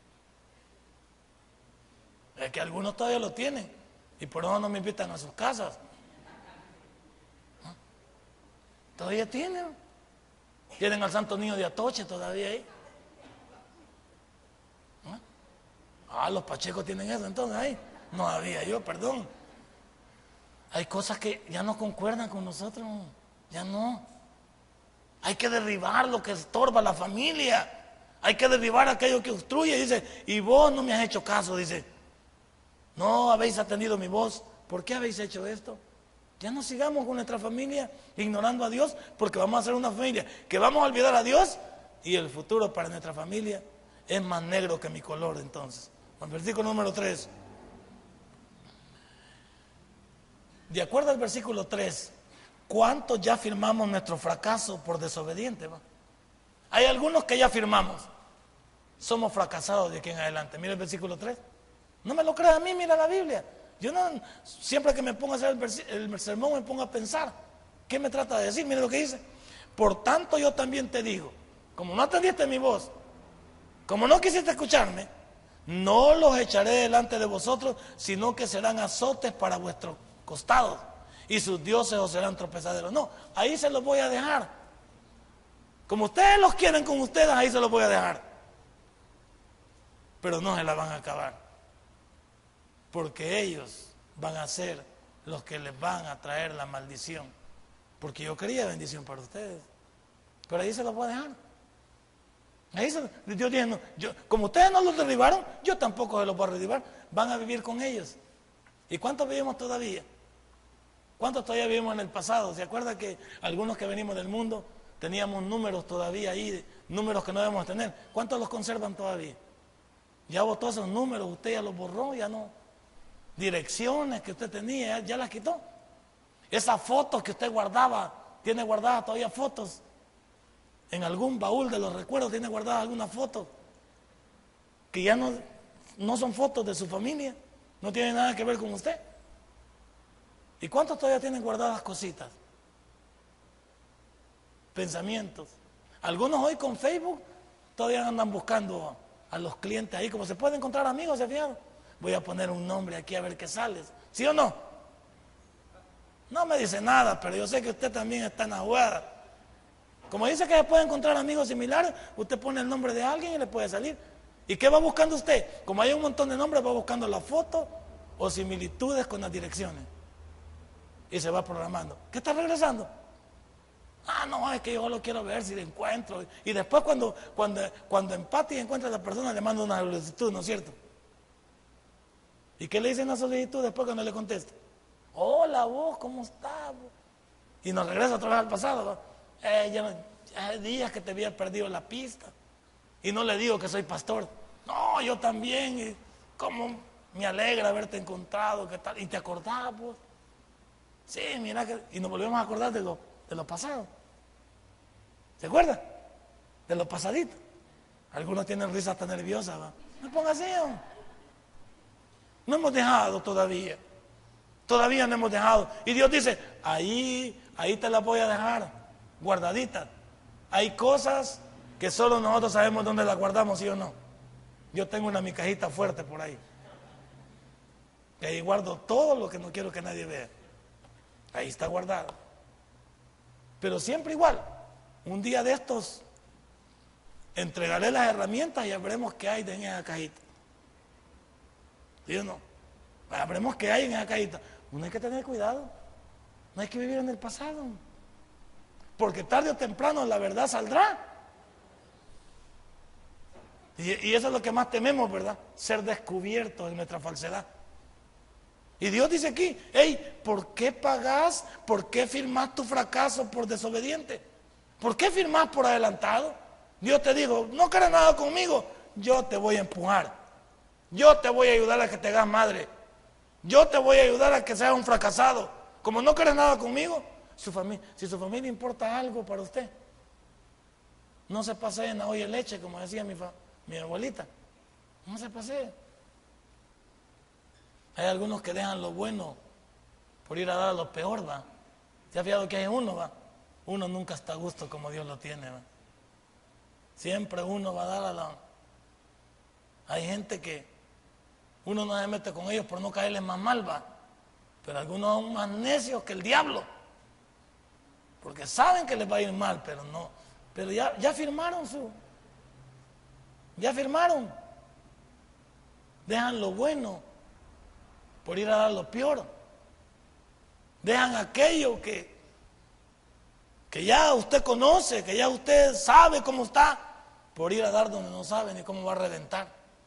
Es que algunos todavía lo tienen y por eso no me invitan a sus casas. ¿No? Todavía tienen. Tienen al Santo Niño de Atoche todavía ahí. ¿No? Ah, los pachecos tienen eso entonces ahí. No había yo, perdón. Hay cosas que ya no concuerdan con nosotros. Ya no. Hay que derribar lo que estorba a la familia. Hay que derribar aquello que obstruye. Dice, y vos no me has hecho caso, dice. No habéis atendido mi voz. ¿Por qué habéis hecho esto? Ya no sigamos con nuestra familia ignorando a Dios, porque vamos a ser una familia que vamos a olvidar a Dios y el futuro para nuestra familia es más negro que mi color. Entonces, el versículo número tres. De acuerdo al versículo tres, ¿cuántos ya firmamos nuestro fracaso por desobediente? ¿Va? Hay algunos que ya firmamos. Somos fracasados de aquí en adelante. Mira el versículo tres. No me lo creas a mí, mira la Biblia. Yo no, siempre que me pongo a hacer el, el sermón me pongo a pensar, ¿qué me trata de decir? Mire lo que dice. Por tanto yo también te digo, como no atendiste mi voz, como no quisiste escucharme, no los echaré delante de vosotros, sino que serán azotes para vuestros costados, y sus dioses os serán tropezaderos. No, ahí se los voy a dejar. Como ustedes los quieren con ustedes, ahí se los voy a dejar. Pero no se la van a acabar. Porque ellos van a ser los que les van a traer la maldición. Porque yo quería bendición para ustedes. Pero ahí se los voy a dejar. Ahí se, Dios dice, no, yo, como ustedes no los derribaron, yo tampoco se los voy a derribar. Van a vivir con ellos. ¿Y cuántos vivimos todavía? ¿Cuántos todavía vivimos en el pasado? ¿Se acuerda que algunos que venimos del mundo teníamos números todavía ahí, números que no debemos tener? ¿Cuántos los conservan todavía? Ya botó esos números, usted ya los borró, ya no. Direcciones que usted tenía, ya las quitó. Esas fotos que usted guardaba, tiene guardadas todavía fotos. En algún baúl de los recuerdos tiene guardadas algunas fotos que ya no, no son fotos de su familia, no tienen nada que ver con usted. ¿Y cuántos todavía tienen guardadas cositas? Pensamientos. Algunos hoy con Facebook todavía andan buscando a los clientes ahí, como se puede encontrar amigos, ¿se fijaron? Voy a poner un nombre aquí a ver qué sale. ¿Sí o no? No me dice nada, pero yo sé que usted también está en la jugada. Como dice que se puede encontrar amigos similares, usted pone el nombre de alguien y le puede salir. ¿Y qué va buscando usted? Como hay un montón de nombres, va buscando la foto o similitudes con las direcciones. Y se va programando. ¿Qué está regresando? Ah, no, es que yo lo quiero ver si le encuentro. Y después cuando, cuando, cuando empate y encuentra a la persona, le manda una solicitud, ¿no es cierto? ¿Y qué le dice en la solicitud después cuando le contesta? Hola vos, ¿cómo estás? Y nos regresa otra vez al pasado, ¿no? Eh, ya, ya hay días que te había perdido la pista. Y no le digo que soy pastor. No, yo también. Y cómo me alegra haberte encontrado, ¿qué tal? Y te acordás vos. Sí, mira que... Y nos volvemos a acordar de lo, de lo pasado. ¿Se acuerdan? De lo pasadito. Algunos tienen risa hasta nerviosa, ¿va? No ponga así, ¿no? No hemos dejado todavía. Todavía no hemos dejado. Y Dios dice, ahí, ahí te las voy a dejar guardaditas. Hay cosas que solo nosotros sabemos dónde las guardamos, ¿sí o no? Yo tengo una mi cajita fuerte por ahí. Y ahí guardo todo lo que no quiero que nadie vea. Ahí está guardado. Pero siempre igual. Un día de estos entregaré las herramientas y veremos qué hay en esa cajita. ¿Sí o no? Veremos qué hay en esa cajita. Uno hay que tener cuidado. No hay que vivir en el pasado. Porque tarde o temprano la verdad saldrá. Y, y eso es lo que más tememos, ¿verdad? Ser descubiertos en nuestra falsedad. Y Dios dice aquí, hey, ¿por qué pagás? ¿Por qué firmás tu fracaso por desobediente? ¿Por qué firmás por adelantado? Dios te dijo, no quieres nada conmigo, yo te voy a empujar. Yo te voy a ayudar a que te hagas madre. Yo te voy a ayudar a que seas un fracasado. Como no quieres nada conmigo, su familia, si su familia importa algo para usted, no se paseen en olla y leche, como decía mi, fa, mi abuelita. No se paseen. Hay algunos que dejan lo bueno por ir a dar lo peor, va. ¿Se ha fijado que hay uno, va? Uno nunca está a gusto como Dios lo tiene, va. Siempre uno va a dar a la... Hay gente que uno no se mete con ellos por no caerles más mal, va. Pero algunos son más necios que el diablo. Porque saben que les va a ir mal, pero no. Pero ya, ya firmaron su... Ya firmaron. Dejan lo bueno por ir a dar lo peor. Dejan aquello que, que ya usted conoce, que ya usted sabe cómo está, por ir a dar donde no sabe ni cómo va a reventar.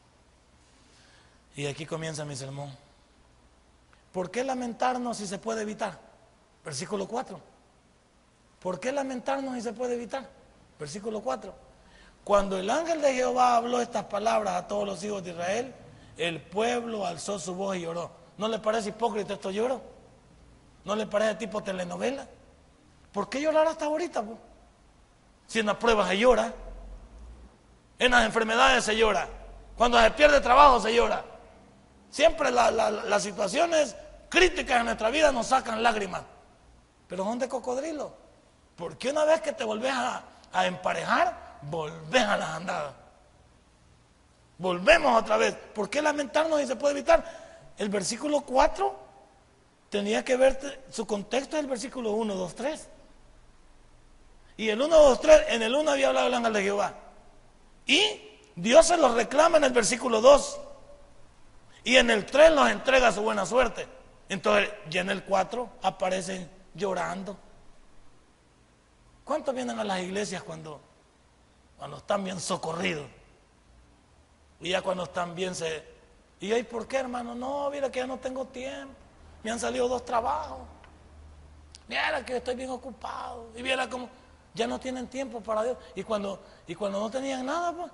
Y aquí comienza mi sermón. ¿Por qué lamentarnos si se puede evitar? Versículo cuatro. ¿Por qué lamentarnos si se puede evitar? Versículo cuatro. Cuando el ángel de Jehová habló estas palabras a todos los hijos de Israel, el pueblo alzó su voz y lloró. ¿No le parece hipócrita esto lloro? ¿No le parece tipo telenovela? ¿Por qué llorar hasta ahorita? Po? Si en las pruebas se llora, en las enfermedades se llora, cuando se pierde trabajo se llora. Siempre la, la, las situaciones críticas en nuestra vida nos sacan lágrimas, pero son de cocodrilo. Porque una vez que te volvés a, a emparejar, volvés a las andadas. Volvemos otra vez. ¿Por qué lamentarnos si se puede evitar? El versículo cuatro tenía que ver, su contexto es el versículo uno, dos, tres. Y el uno, dos, tres, en el uno había hablado el ángel de Jehová. Y Dios se los reclama en el versículo dos. Y en el tres los entrega su buena suerte. Entonces, ya en el cuatro aparecen llorando. ¿Cuántos vienen a las iglesias cuando, cuando están bien socorridos? Y ya cuando están bien se... ¿Y hoy por qué, hermano? No, mira que ya no tengo tiempo. Me han salido dos trabajos. Mira que estoy bien ocupado. Y mira cómo ya no tienen tiempo para Dios. Y cuando, y cuando no tenían nada, pues.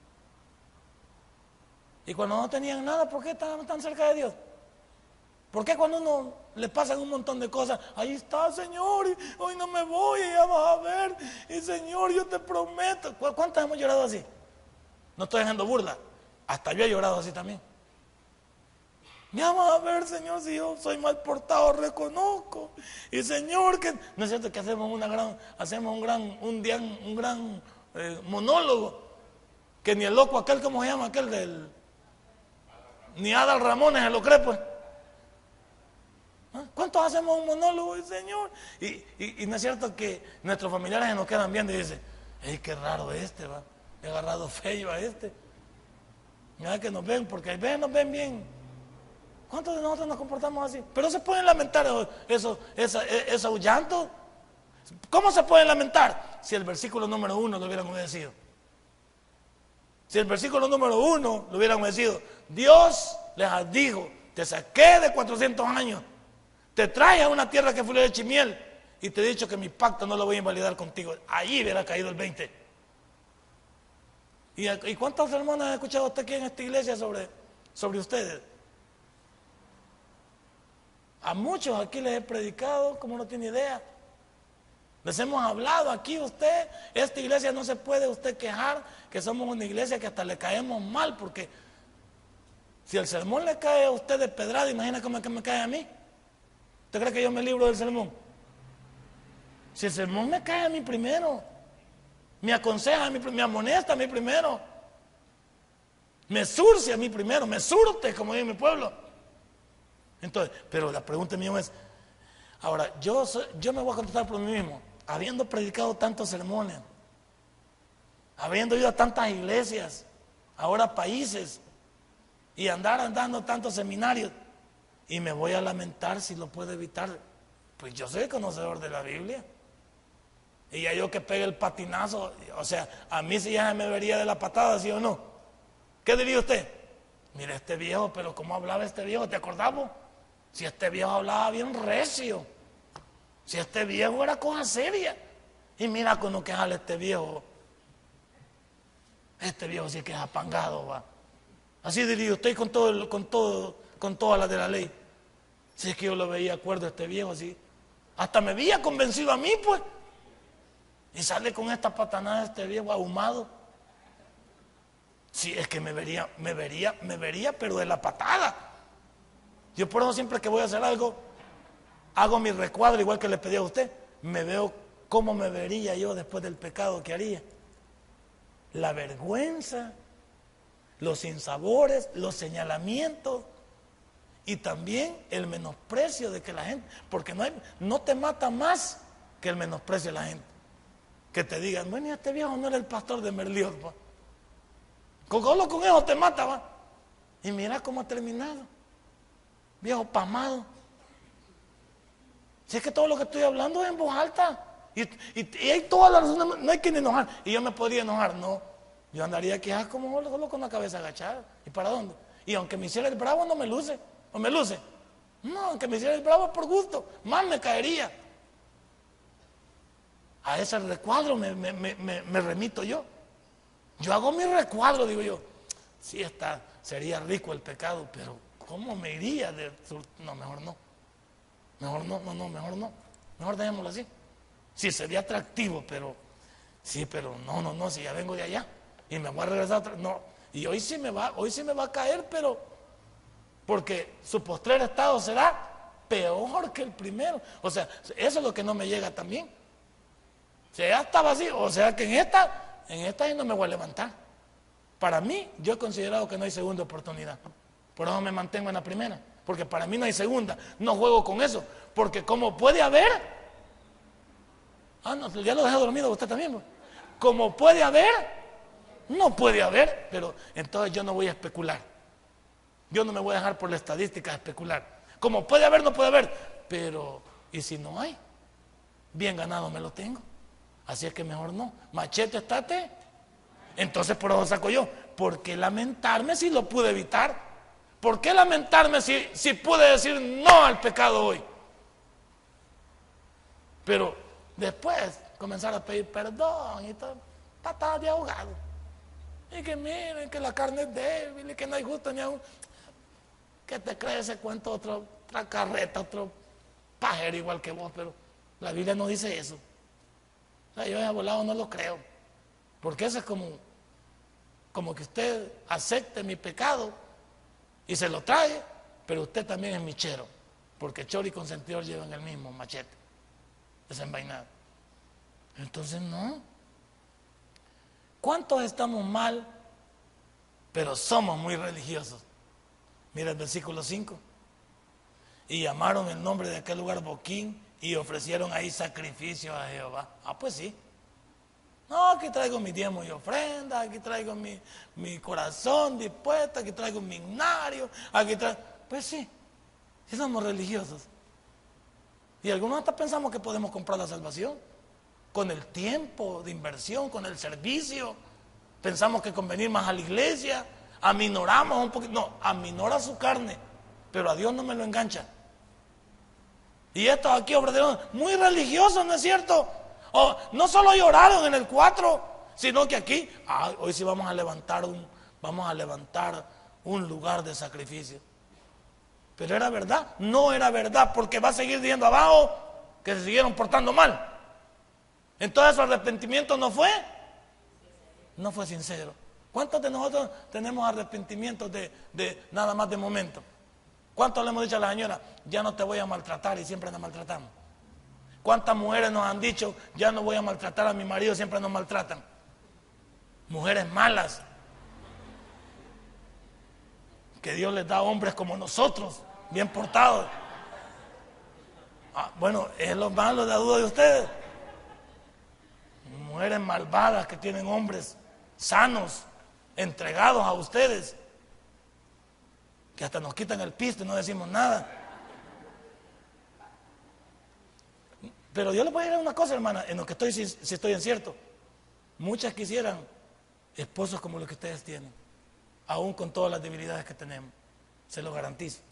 Y cuando no tenían nada, ¿por qué estaban tan cerca de Dios? ¿Por qué cuando uno le pasan un montón de cosas? Ahí está, Señor, y hoy no me voy, y ya vas a ver. Y Señor, yo te prometo. ¿Cuántas hemos llorado así? No estoy haciendo burla. Hasta yo he llorado así también. Ya vas a ver, Señor, si yo soy mal portado, reconozco. Y Señor, que no es cierto que hacemos una gran, hacemos un gran, un día, un gran eh, monólogo, que ni el loco aquel, ¿cómo se llama? Aquel del, ni Adal Ramones se lo cree, pues. ¿Ah? ¿Cuántos hacemos un monólogo, y Señor? Y, y, y no es cierto que nuestros familiares se nos quedan viendo y dicen, ¡ey, qué raro este, va! He agarrado feo a este. Mira que nos ven, porque ven, nos ven bien. ¿Cuántos de nosotros nos comportamos así? Pero se pueden lamentar esos, esos, esos llantos. ¿Cómo se pueden lamentar? Si el versículo número uno lo hubieran obedecido. Si el versículo número uno lo hubieran obedecido. Dios les dijo, te saqué de cuatrocientos años, te traje a una tierra que fue de leche y miel, y te he dicho que mi pacto no lo voy a invalidar contigo. Allí hubiera caído el veinte. ¿Y, y cuántas hermanas ha escuchado usted aquí en esta iglesia sobre, sobre ustedes? A muchos aquí les he predicado, como no tiene idea. Les hemos hablado aquí usted, esta iglesia no se puede usted quejar que somos una iglesia que hasta le caemos mal, porque si el sermón le cae a usted de pedrada, imagina cómo es que me cae a mí. ¿Usted cree que yo me libro del sermón? Si el sermón me cae a mí primero, me aconseja a mí, me amonesta a mí primero, me surce a mí primero, me surte, como dice mi pueblo. Entonces, pero la pregunta mía es, ahora, yo, soy, yo me voy a contestar por mí mismo, habiendo predicado tantos sermones, habiendo ido a tantas iglesias, ahora países, y andar andando tantos seminarios, y me voy a lamentar si lo puedo evitar. Pues yo soy conocedor de la Biblia, y ya yo que pegue el patinazo, o sea, a mí si ya me vería de la patada, ¿sí o no? ¿Qué diría usted? Mira este viejo, pero ¿cómo hablaba este viejo? ¿Te acordamos? Si este viejo hablaba bien recio, si este viejo era cosa seria, y mira con lo que jala este viejo, este viejo sí que es apangado, va. Así diría usted con todo, con todo, con todas las de la ley. Si es que yo lo veía acuerdo a este viejo así, hasta me había convencido a mí, pues, y sale con esta patanada este viejo ahumado. Sí, es que me vería, me vería, me vería, pero de la patada. Yo por eso siempre que voy a hacer algo, hago mi recuadro igual que le pedí a usted. Me veo cómo me vería yo después del pecado que haría. La vergüenza, los sinsabores, los señalamientos y también el menosprecio de que la gente, porque no hay, no te mata más que el menosprecio de la gente. Que te digan, bueno, este viejo no era el pastor de Merliot, va. Con solo con eso te mata, va. Y mira cómo ha terminado. Viejo pamado. Si es que todo lo que estoy hablando es en voz alta. Y, y, y hay todas las razones, no hay que enojar. Y yo me podría enojar, no. Yo andaría aquí ah, como solo con la cabeza agachada. ¿Y para dónde? Y aunque me hiciera el bravo, no me luce. ¿O me luce? No, aunque me hiciera el bravo por gusto, más me caería. A ese recuadro me, me, me, me, me remito yo. Yo hago mi recuadro, digo yo. Sí, está, sería rico el pecado, pero ¿cómo me iría de sur? No, mejor no. Mejor no, no, no, mejor no. Mejor dejémoslo así. Sí, sería atractivo, pero sí, pero no, no, no, si ya vengo de allá y me voy a regresar otra, no. Y hoy sí me va, hoy sí me va a caer, pero porque su postrer estado será peor que el primero. O sea, eso es lo que no me llega también. O sea, ya estaba así, o sea que en esta, en esta yo no me voy a levantar. Para mí, yo he considerado que no hay segunda oportunidad. Por eso me mantengo en la primera. Porque para mí no hay segunda. No juego con eso. Porque como puede haber... Ah, no, ya lo dejé dormido usted también. ¿No? Como puede haber, no puede haber. Pero entonces yo no voy a especular. Yo no me voy a dejar por la estadística especular. Como puede haber, no puede haber. Pero, ¿y si no hay? Bien ganado me lo tengo. Así es que mejor no. Machete, estate. Entonces por eso saco yo. ¿Por qué lamentarme si lo pude evitar? ¿Por qué lamentarme si, si pude decir no al pecado hoy? Pero después comenzar a pedir perdón y todo, patadas de ahogado. Y que miren que la carne es débil y que no hay gusto ni aún. ¿Qué te crees ese cuento? Otro, otra carreta, otro pájaro igual que vos, pero la Biblia no dice eso. O sea, yo de volado no lo creo. Porque eso es como, como que usted acepte mi pecado y se lo trae, pero usted también es michero, porque choro y consentidor llevan el mismo machete, desenvainado. Entonces no. ¿Cuántos estamos mal, pero somos muy religiosos? Mira el versículo cinco. Y llamaron el nombre de aquel lugar Boquín y ofrecieron ahí sacrificios a Jehová. Ah, pues sí. No, aquí traigo mi diezmo y ofrenda, aquí traigo mi, mi corazón dispuesto, aquí traigo mi ignario, aquí traigo... Pues sí, sí somos religiosos. Y algunos hasta pensamos que podemos comprar la salvación. con el tiempo de inversión, con el servicio. Pensamos que con venir más a la iglesia, aminoramos un poquito. No, aminora su carne, pero a Dios no me lo engancha. Y estos aquí, obreros, muy religiosos, ¿no es cierto? O, no solo lloraron en el cuatro, sino que aquí, ah, hoy sí vamos a levantar un, vamos a levantar un lugar de sacrificio. Pero era verdad, no era verdad, porque va a seguir diciendo abajo que se siguieron portando mal. Entonces su arrepentimiento no fue, no fue sincero. ¿Cuántos de nosotros tenemos arrepentimientos de, de nada más de momento? ¿Cuántos le hemos dicho a la señora, ya no te voy a maltratar y siempre nos maltratamos? ¿Cuántas mujeres nos han dicho, ya no voy a maltratar a mi marido, siempre nos maltratan? Mujeres malas. Que Dios les da hombres como nosotros, bien portados. Ah, bueno, es lo malo de la duda de ustedes. Mujeres malvadas que tienen hombres sanos, entregados a ustedes, que hasta nos quitan el pisto y no decimos nada. Pero yo les voy a decir una cosa, hermana, en lo que estoy, si, si estoy en cierto. Muchas quisieran esposos como los que ustedes tienen, aún con todas las debilidades que tenemos, se lo garantizo.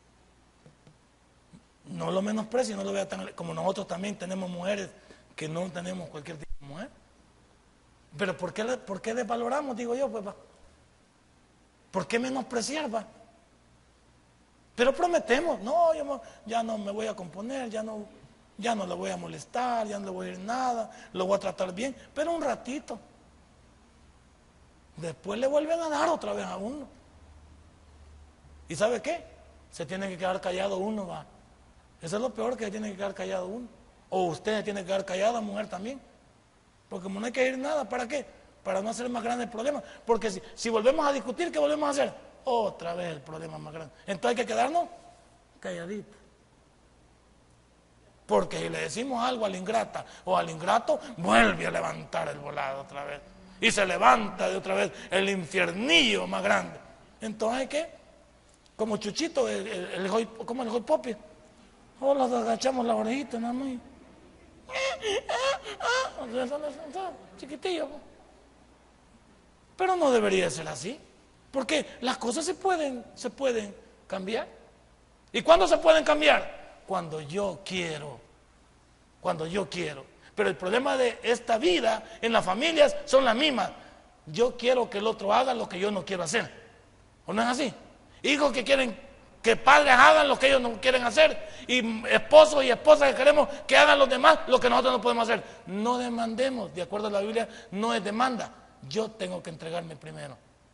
No lo menosprecio, no lo vea tan, como nosotros también tenemos mujeres que no tenemos cualquier tipo de mujer. Pero ¿por qué, por qué desvaloramos, digo yo, pues va? ¿Por qué menospreciar, va? Pero prometemos, no, yo ya no me voy a componer, ya no, ya no le voy a molestar, ya no le voy a ir nada, lo voy a tratar bien, pero un ratito. Después le vuelven a dar otra vez a uno. ¿Y sabe qué? Se tiene que quedar callado uno, va. Eso es lo peor, que se tiene que quedar callado uno. O usted se tiene que quedar callada, mujer también. Porque como no hay que ir nada, ¿para qué? Para no hacer más grande el problema. Porque si, si volvemos a discutir, ¿qué volvemos a hacer? Otra vez el problema más grande. Entonces hay que quedarnos calladitos. Porque si le decimos algo a la ingrata o al ingrato, vuelve a levantar el volado otra vez. Y se levanta de otra vez el infiernillo más grande. Entonces hay que, como Chuchito, el, el, el, el como el Joy Popi, o nos agachamos la orejita nada más. Chiquitillo. Pero no debería ser así, porque las cosas se pueden, se pueden cambiar. ¿Y cuándo se pueden cambiar? Cuando yo quiero, cuando yo quiero. Pero el problema de esta vida en las familias son las mismas. Yo quiero que el otro haga lo que yo no quiero hacer. ¿O no es así? Hijos que quieren que padres hagan lo que ellos no quieren hacer, y esposos y esposas que queremos que hagan los demás lo que nosotros no podemos hacer. No demandemos, de acuerdo a la Biblia, no es demanda. Yo tengo que entregarme primero.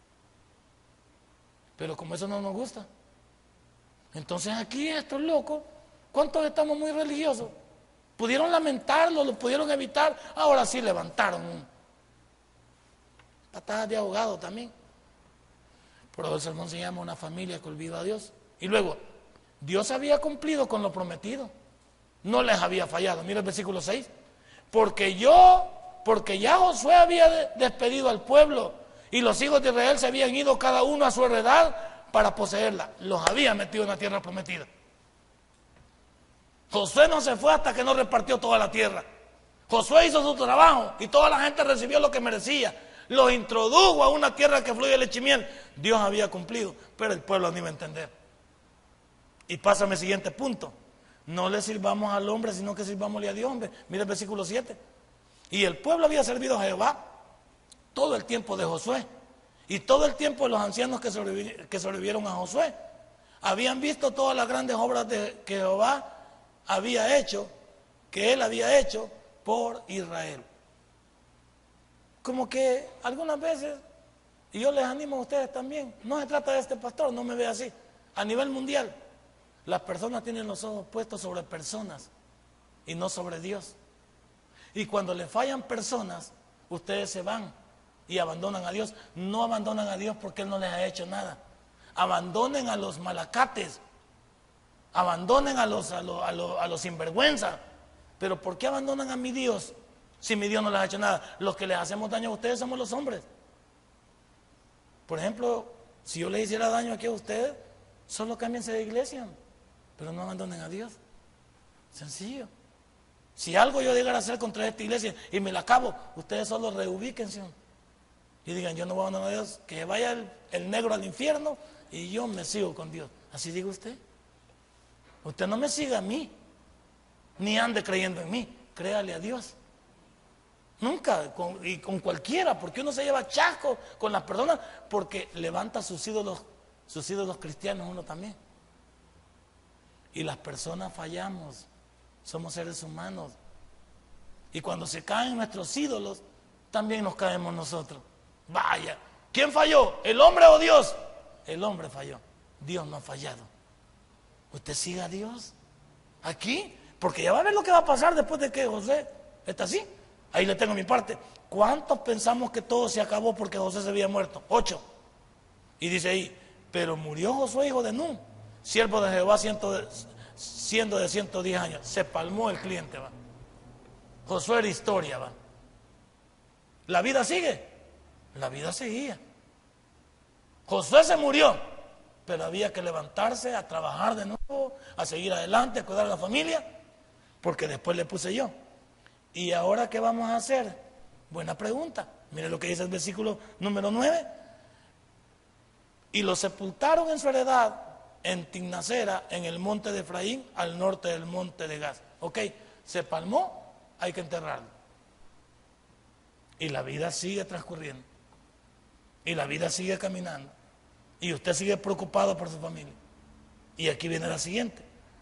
Pero como eso no nos gusta, entonces aquí estos locos, ¿cuántos estamos muy religiosos? Pudieron lamentarlo, lo pudieron evitar, ahora sí levantaron un patadas de ahogado también. Por eso el sermón se llama Una familia que olvida a Dios. Y luego, Dios había cumplido con lo prometido, no les había fallado. Mira el versículo seis. Porque yo, porque ya Josué había de- despedido al pueblo, y los hijos de Israel se habían ido cada uno a su heredad para poseerla. Los había metido en la tierra prometida. Josué no se fue hasta que no repartió toda la tierra. Josué hizo su trabajo y toda la gente recibió lo que merecía. Los introdujo a una tierra que fluye leche y miel. Dios había cumplido, pero el pueblo no iba a entender. Y pásame el siguiente punto. No le sirvamos al hombre, sino que sirvámosle a Dios, hombre. Mira el versículo siete. Y el pueblo había servido a Jehová todo el tiempo de Josué, y todo el tiempo de los ancianos que, sobrevivi- que sobrevivieron a Josué. Habían visto todas las grandes obras de, que Jehová había hecho, que él había hecho por Israel. Como que algunas veces, y yo les animo a ustedes también, no se trata de este pastor, no me ve así. A nivel mundial, las personas tienen los ojos puestos sobre personas y no sobre Dios. Y cuando le fallan personas, ustedes se van y abandonan a Dios. No abandonan a Dios porque Él no les ha hecho nada. Abandonen a los malacates, abandonen a los, a los, a los, a los sinvergüenza. Pero ¿por qué abandonan a mi Dios si mi Dios no les ha hecho nada? Los que les hacemos daño a ustedes somos los hombres. Por ejemplo, si yo les hiciera daño aquí a ustedes, solo cámbiense de iglesia, pero no abandonen a Dios. Sencillo. Si algo yo llegara a hacer contra esta iglesia y me la acabo, ustedes solo reubíquense y digan, yo no voy a abandonar a Dios, que vaya el, el negro al infierno y yo me sigo con Dios. Así diga usted. Usted no me siga a mí, ni ande creyendo en mí, créale a Dios. Nunca, con, y con cualquiera, porque uno se lleva chasco con las personas, porque levanta sus ídolos, sus ídolos cristianos uno también. Y las personas fallamos, somos seres humanos. Y cuando se caen nuestros ídolos, también nos caemos nosotros. Vaya, ¿quién falló? ¿El hombre o Dios? El hombre falló, Dios no ha fallado. Usted siga a Dios aquí, porque ya va a ver lo que va a pasar después de que José está así. Ahí le tengo mi parte. ¿Cuántos pensamos que todo se acabó porque José se había muerto? Ocho. Y dice ahí, pero murió Josué, hijo de Nun, siervo de Jehová, siendo de ciento diez años. Se palmó el cliente, va. Josué era historia, va. ¿La vida sigue? La vida seguía. Josué se murió, pero había que levantarse a trabajar de nuevo, a seguir adelante, a cuidar a la familia, porque después le puse yo. ¿Y ahora qué vamos a hacer? Buena pregunta. Mire lo que dice el versículo número nueve. Y lo sepultaron en su heredad en Timnasera, en el monte de Efraín, al norte del monte de Gaz. Ok, se palmó, hay que enterrarlo. Y la vida sigue transcurriendo. Y la vida sigue caminando. Y usted sigue preocupado por su familia. Y aquí viene la siguiente.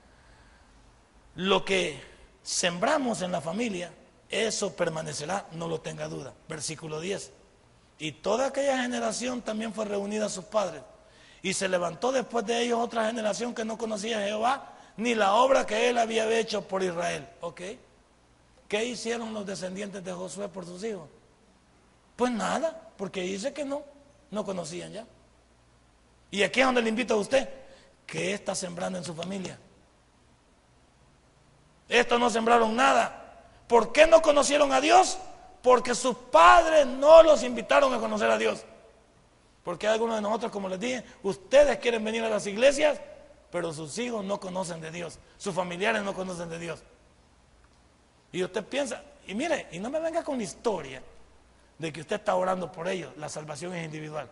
Lo que sembramos en la familia, eso permanecerá, no lo tenga duda. Versículo diez. Y toda aquella generación también fue reunida a sus padres. Y se levantó después de ellos otra generación que no conocía a Jehová, ni la obra que él había hecho por Israel. ¿Ok? ¿Qué hicieron los descendientes de Josué por sus hijos? Pues nada, porque dice que no, no conocían ya. Y aquí es donde le invito a usted, ¿qué está sembrando en su familia? Estos no sembraron nada. ¿Por qué no conocieron a Dios? Porque sus padres no los invitaron a conocer a Dios. Porque hay algunos de nosotros, como les dije, ustedes quieren venir a las iglesias, pero sus hijos no conocen de Dios, sus familiares no conocen de Dios. Y usted piensa, y mire, y no me venga con la historia de que usted está orando por ellos, la salvación es individual.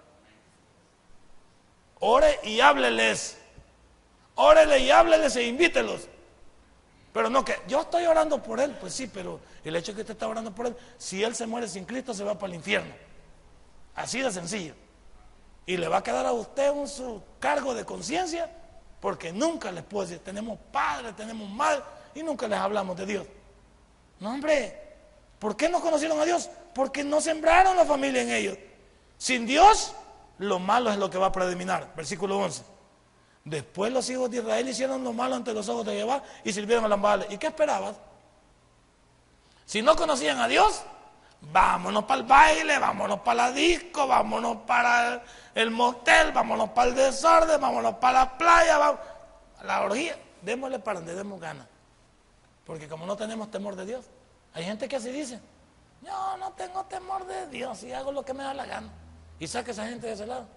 Ore y hábleles, órele y hábleles e invítelos. Pero no que yo estoy orando por él, pues sí, pero el hecho de que usted está orando por él, si él se muere sin Cristo se va para el infierno. Así de sencillo. Y le va a quedar a usted un su cargo de conciencia, porque nunca les puedo decir, tenemos padres, tenemos madre, y nunca les hablamos de Dios. No, hombre, ¿por qué no conocieron a Dios? Porque no sembraron la familia en ellos. Sin Dios, lo malo es lo que va a predominar. Versículo once. Después los hijos de Israel hicieron lo malo ante los ojos de Jehová y sirvieron a las Baales. ¿Y qué esperabas? Si no conocían a Dios, vámonos para el baile, vámonos para la disco, vámonos para el motel, vámonos para el desorden, vámonos para la playa, vamos a la orgía. Démosle para donde demos ganas. Porque como no tenemos temor de Dios, hay gente que así dice, yo no tengo temor de Dios y hago lo que me da la gana. Y saca esa gente de ese lado.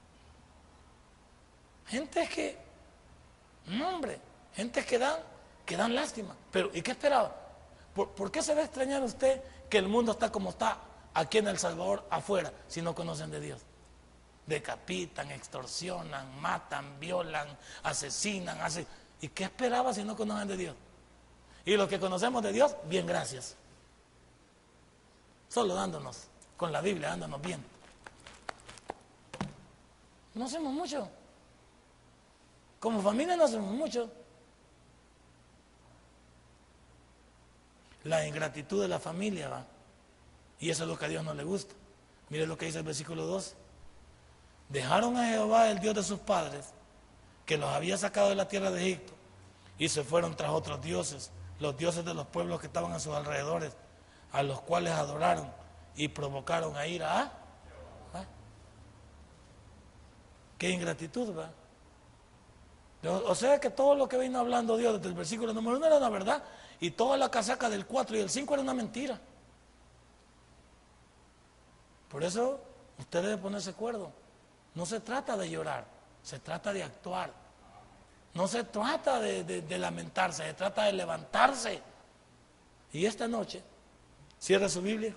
Gente que, no hombre, gente que dan, que dan lástima. Pero, ¿y qué esperaba? ¿Por, ¿Por qué se va a extrañar usted que el mundo está como está aquí en El Salvador afuera si no conocen de Dios? Decapitan, extorsionan, matan, violan, asesinan, hacen. ¿Y qué esperaba si no conocen de Dios? Y los que conocemos de Dios, bien, gracias. Solo dándonos, con la Biblia, dándonos bien. No hacemos mucho. Como familia no hacemos mucho. La ingratitud de la familia va. Y eso es lo que a Dios no le gusta. Mire lo que dice el versículo dos. Dejaron a Jehová, el Dios de sus padres, que los había sacado de la tierra de Egipto, y se fueron tras otros dioses, los dioses de los pueblos que estaban a sus alrededores, a los cuales adoraron y provocaron a ira. ¿Ah? ¿Ah? Qué ingratitud, ¿va? O sea que todo lo que vino hablando Dios desde el versículo número uno era una verdad, y toda la casaca del cuatro y el cinco era una mentira. Por eso usted debe ponerse cuerdo. No se trata de llorar, se trata de actuar. No se trata de, de, de lamentarse, se trata de levantarse. Y esta noche, cierra su Biblia.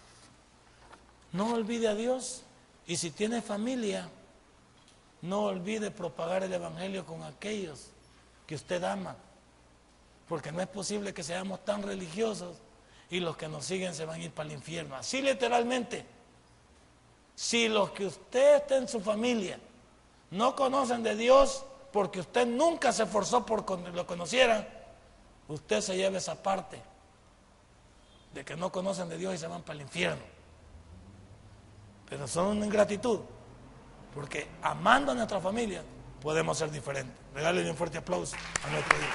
No olvide a Dios. Y si tiene familia, no olvide propagar el evangelio con aquellos que usted ama. Porque no es posible que seamos tan religiosos y los que nos siguen se van a ir para el infierno. Así literalmente. Si los que usted está en su familia no conocen de Dios porque usted nunca se esforzó por que lo conocieran, usted se lleva esa parte de que no conocen de Dios y se van para el infierno. Pero son una ingratitud, porque amando a nuestra familia podemos ser diferentes. Regálenle un fuerte aplauso a nuestro Dios.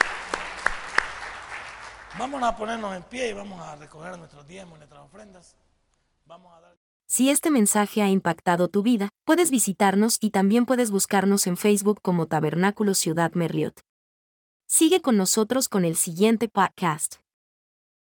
Vamos a ponernos en pie y vamos a recoger nuestros diezmos, nuestras ofrendas. Vamos a dar... Si este mensaje ha impactado tu vida, puedes visitarnos y también puedes buscarnos en Facebook como Tabernáculo Ciudad Merliot. Sigue con nosotros con el siguiente podcast.